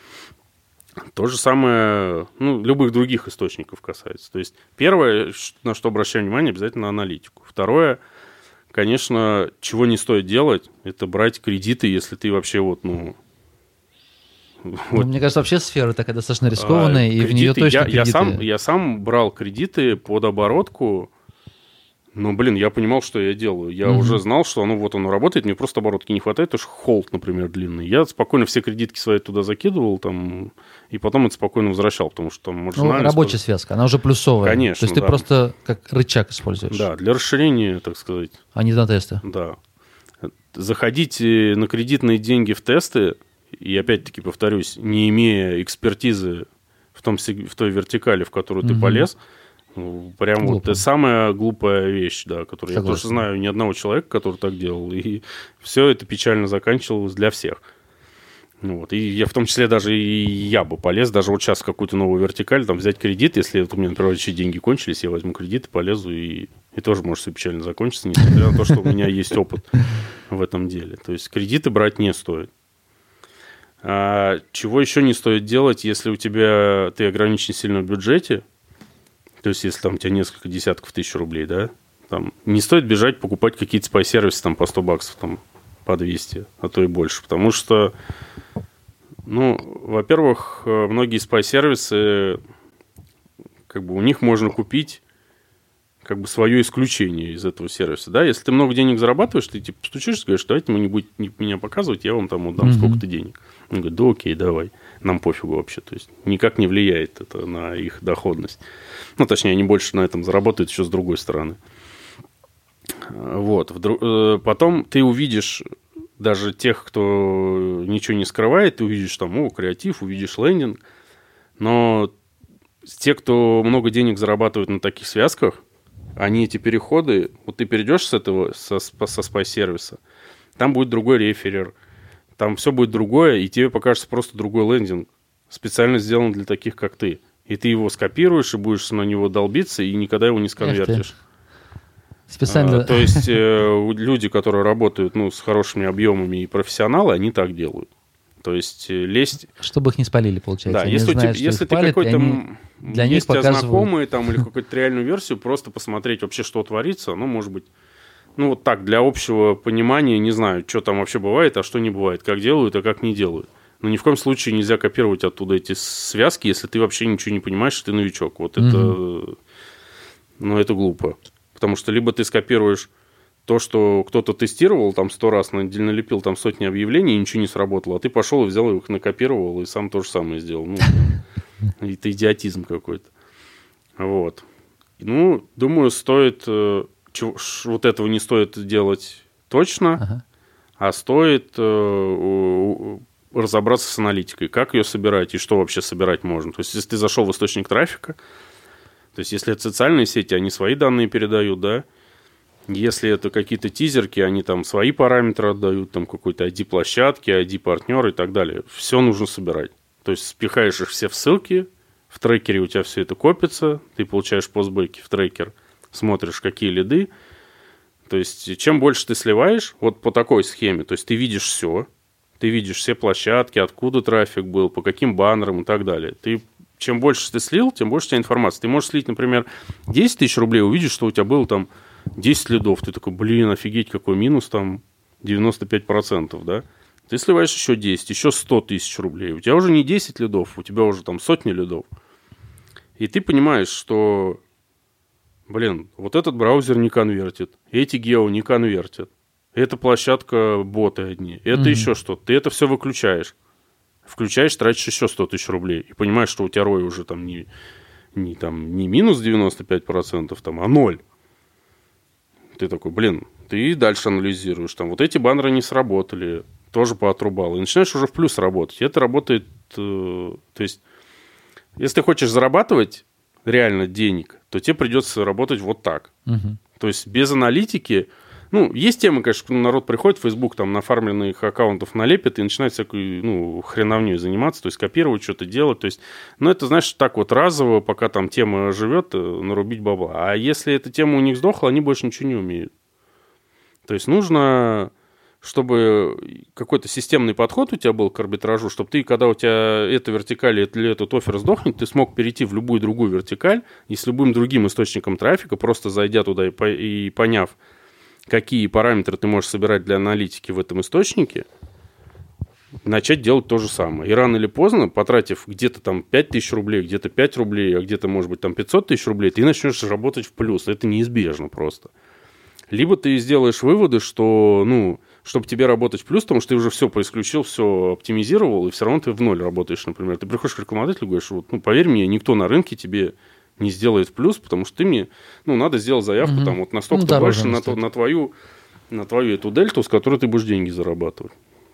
То же самое, ну, любых других источников касается. То есть первое, на что обращаем внимание, обязательно аналитику. Второе, конечно, чего не стоит делать, это брать кредиты, если ты вообще вот, ну... Вот. Ну, мне кажется, вообще сфера такая достаточно рискованная, а, и кредиты, в нее точно я, кредиты... Я сам, я сам брал кредиты под оборотку, Ну, блин, я понимал, что я делаю. Я mm-hmm. уже знал, что оно вот оно работает, мне просто оборотки не хватает, потому что холд, например, длинный. Я спокойно все кредитки свои туда закидывал, там, и потом это спокойно возвращал, потому что там маржинальность... Ну, рабочая связка, она уже плюсовая. Конечно, То есть ты да. просто как рычаг используешь. Да, для расширения, так сказать. А не на тесты. Да. Заходить на кредитные деньги в тесты, и опять-таки повторюсь, не имея экспертизы в, том, в той вертикали, в которую mm-hmm. ты полез, прям Глупо. Вот это самая глупая вещь, да, которую Согласен. Я тоже знаю ни одного человека, который так делал, и все это печально заканчивалось для всех. Ну, вот. И я в том числе даже и я бы полез, даже вот сейчас в какую-то новую вертикаль, там взять кредит, если вот у меня, например, еще деньги кончились, я возьму кредит и полезу, и, и тоже может все печально закончиться, несмотря на то, что у меня есть опыт в этом деле. То есть кредиты брать не стоит. А чего еще не стоит делать, если у тебя ты ограничен сильно в бюджете, то есть, если там у тебя несколько десятков тысяч рублей, да, там не стоит бежать покупать какие-то спай-сервисы там по сто баксов, там по двести, а то и больше. Потому что, ну, во-первых, многие спай-сервисы, как бы у них можно купить как бы свое исключение из этого сервиса, да. Если ты много денег зарабатываешь, ты типа стучишься, говоришь, давайте мы не будете меня показывать, я вам там отдам mm-hmm. сколько-то денег. Он говорит, да окей, давай, нам пофигу вообще. То есть никак не влияет это на их доходность. Ну, точнее, они больше на этом заработают еще с другой стороны. Вот. Потом ты увидишь даже тех, кто ничего не скрывает, ты увидишь там, о, креатив, увидишь лендинг. Но те, кто много денег зарабатывают на таких связках, они эти переходы, вот ты перейдешь с этого, со, со спай-сервиса, там будет другой реферер, там все будет другое, и тебе покажется просто другой лендинг, специально сделан для таких, как ты. И ты его скопируешь, и будешь на него долбиться, и никогда его не сконвертишь. Специально... А, то есть э, люди, которые работают ну, с хорошими объемами и профессионалы, они так делают. То есть э, лезть... Чтобы их не спалили, получается. Да, если, знают, тебя, если ты палят, какой-то... Они... Для есть них показывают... знакомые там, или какую-то реальную версию, просто посмотреть вообще, что творится, ну, может быть... Ну, вот так, для общего понимания, не знаю, что там вообще бывает, а что не бывает, как делают, а как не делают. Но ни в коем случае нельзя копировать оттуда эти связки, если ты вообще ничего не понимаешь, что ты новичок. Вот mm-hmm. это... Ну, это глупо. Потому что либо ты скопируешь то, что кто-то тестировал, там сто раз налепил там сотни объявлений, и ничего не сработало, а ты пошел и взял их, накопировал, и сам то же самое сделал. Ну, это идиотизм какой-то. Вот. Ну, думаю, стоит... Чего, вот этого не стоит делать точно, ага. а стоит э, разобраться с аналитикой, как ее собирать и что вообще собирать можно. То есть, если ты зашел в источник трафика, то есть, если это социальные сети, они свои данные передают, да. Если это какие-то тизерки, они там свои параметры отдают, там какой-то ай ди площадки, ай ди партнера и так далее. Все нужно собирать. То есть, спихаешь их все в ссылки, в трекере у тебя все это копится, ты получаешь постбэки в трекер, смотришь, какие лиды. То есть, чем больше ты сливаешь, вот по такой схеме, то есть, ты видишь все, ты видишь все площадки, откуда трафик был, по каким баннерам и так далее. Ты, чем больше ты слил, тем больше у тебя информации. Ты можешь слить, например, десять тысяч рублей, увидишь, что у тебя было там десять лидов. Ты такой, блин, офигеть, какой минус, там девяносто пять процентов, да? Ты сливаешь еще десять, еще сто тысяч рублей. У тебя уже не десять лидов, у тебя уже там сотни лидов. И ты понимаешь, что... Блин, вот этот браузер не конвертит, эти гео не конвертят, эта площадка боты одни, это mm-hmm. еще что-то. Ты это все выключаешь. Включаешь, тратишь еще сто тысяч рублей. И понимаешь, что у тебя рой уже там не, не, там, не минус девяносто пять процентов, там, а ноль. Ты такой, блин, ты дальше анализируешь. Там, вот эти баннеры не сработали, тоже поотрубал. И начинаешь уже в плюс работать. И это работает... Э, то есть, если ты хочешь зарабатывать реально денег, то тебе придется работать вот так. Угу. То есть без аналитики... Ну, есть темы, конечно, народ приходит в Facebook, там, нафармленных аккаунтов налепит и начинает всякую, ну, хреновней заниматься, то есть копировать, что-то делать. То есть, ну, это, знаешь, так вот разово, пока там тема живет, нарубить бабла. А если эта тема у них сдохла, они больше ничего не умеют. То есть нужно... чтобы какой-то системный подход у тебя был к арбитражу, чтобы ты, когда у тебя эта вертикаль или этот оффер сдохнет, ты смог перейти в любую другую вертикаль и с любым другим источником трафика, просто зайдя туда и, по, и поняв, какие параметры ты можешь собирать для аналитики в этом источнике, начать делать то же самое. И рано или поздно, потратив где-то там пять тысяч рублей, где-то пять рублей, а где-то, может быть, там пятьсот тысяч рублей, ты начнешь работать в плюс. Это неизбежно просто. Либо ты сделаешь выводы, что, ну, чтобы тебе работать в плюс, потому что ты уже все поисключил, все оптимизировал, и все равно ты в ноль работаешь, например. Ты приходишь к рекламодателю и говоришь, вот, ну, поверь мне, никто на рынке тебе не сделает в плюс, потому что ты мне, ну, надо сделать заявку Угу. там вот настолько Ну, больше на, стоит. то, на, твою, на твою эту дельту, с которой ты будешь деньги зарабатывать.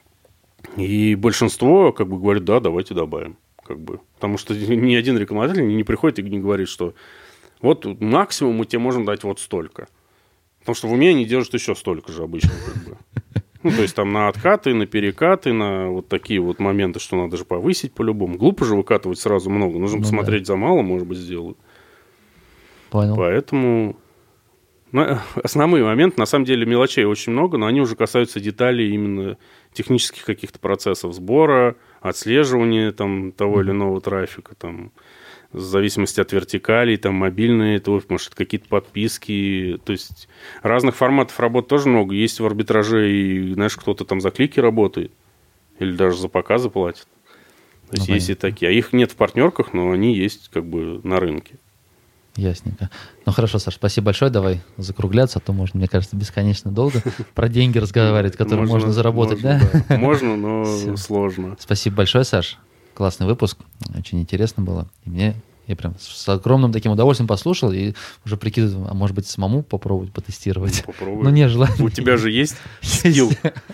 И большинство как бы говорит, да, давайте добавим. Как бы. Потому что ни один рекламодатель не приходит и не говорит, что вот максимум мы тебе можем дать вот столько. Потому что в уме они держат еще столько же обычно. Как бы. Ну, то есть там на откаты, на перекаты, на вот такие вот моменты, что надо же повысить по-любому. Глупо же выкатывать сразу много. Нужно Ну, посмотреть да. за мало, может быть, сделают. Понял. Поэтому ну, основные моменты, на самом деле, мелочей очень много, но они уже касаются деталей именно технических каких-то процессов сбора, отслеживания там, того или иного трафика, там, в зависимости от вертикалей, там, мобильные, то, может, какие-то подписки. То есть разных форматов работ тоже много. Есть в арбитраже и, знаешь, кто-то там за клики работает или даже за показы платит. То есть Ну, есть и понятно. такие. А их нет в партнерках, но они есть как бы на рынке. Ясненько. Ну хорошо, Саш, спасибо большое. Давай закругляться, а то можно, мне кажется, бесконечно долго про деньги разговаривать, которые можно, заработать, можно, да? да? Можно, но Всё. сложно. Спасибо большое, Саш. Классный выпуск. Очень интересно было. И мне я прям с огромным таким удовольствием послушал и уже прикидываю, а может быть, самому попробовать потестировать. Попробуй. Ну, не желание. У тебя же есть Есть. скилл.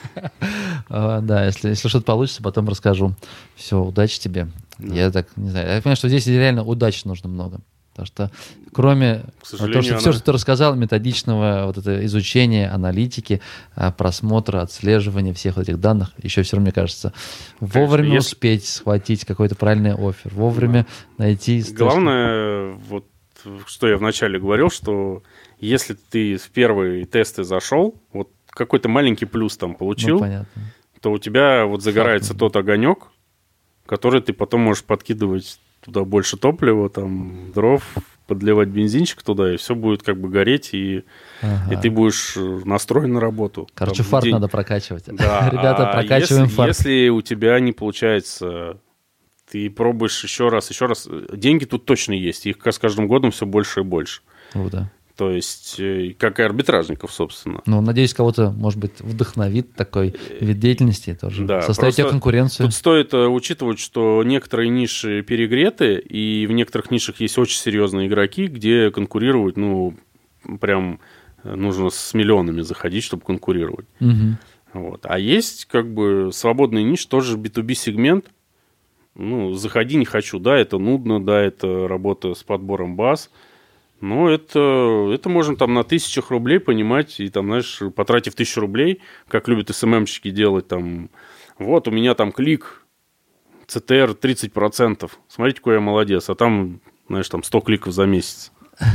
А, Да, если, если что-то получится, потом расскажу. Все, удачи тебе. Я так, не знаю, я понимаю, что здесь реально удачи нужно много. Потому что кроме К того, сожалению, что она- все, что ты рассказал, методичного вот это изучения, аналитики, а, просмотра, отслеживания всех этих данных, еще все равно, мне кажется, вовремя если- успеть схватить какой-то правильный оффер, вовремя найти... источник. Главное, вот что я вначале говорил, что если ты в первые тесты зашел, вот какой-то маленький плюс там Ну, получил, понятно. то у тебя вот загорается Факт. тот огонек, который ты потом можешь подкидывать туда больше топлива, там, дров, подливать бензинчик туда, и все будет как бы гореть, и, Ага. и ты будешь настроен на работу. Короче, Там фарт день- надо прокачивать. Да, Ребята, а прокачиваем если, фарт. Если у тебя не получается, ты пробуешь еще раз, еще раз, деньги тут точно есть, их с каждым годом все больше и больше. Ну, да. То есть, э, как и арбитражников, собственно. Ну, надеюсь, кого-то, может быть, вдохновит такой вид деятельности тоже. Да, Составить тебе просто конкуренцию. Тут стоит э, учитывать, что некоторые ниши перегреты, и в некоторых нишах есть очень серьезные игроки, где конкурировать, ну, прям нужно с миллионами заходить, чтобы конкурировать. Мгм. Вот. А есть как бы свободный ниш, тоже би ту би сегмент. Ну, заходи не хочу. Да, это нудно, да, это работа с подбором баз. Но это, это можно там на тысячах рублей понимать, и там, знаешь, потратив тысячу рублей, как любят эс эм эм-щики делать, там, вот у меня там клик, си ти ар тридцать процентов, смотрите, какой я молодец, а там, знаешь, там сто кликов за месяц.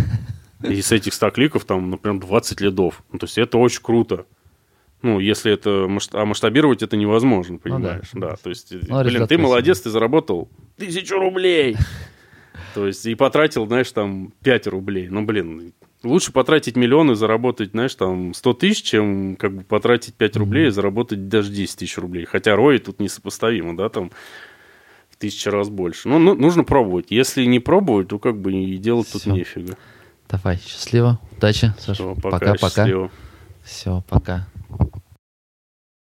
И с этих ста кликов там, например, двадцать лидов. Ну, то есть это очень круто. Ну, если это... масш- А масштабировать это невозможно, понимаешь? да. да, то есть, Ну, блин, результат ты красивый. молодец, ты заработал тысячу рублей. То есть, и потратил, знаешь, там, пять рублей. Ну, блин, лучше потратить миллион и заработать, знаешь, там, сто тысяч, чем, как бы, потратить пять рублей и заработать даже десять тысяч рублей. Хотя рой тут несопоставимо, да, там, в тысячу раз больше. Ну, ну, нужно пробовать. Если не пробовать, то, как бы, и делать тут Всё. нефига. Давай, счастливо, удачи, Саша. Всё, пока, Пока-пока. счастливо. Все, пока.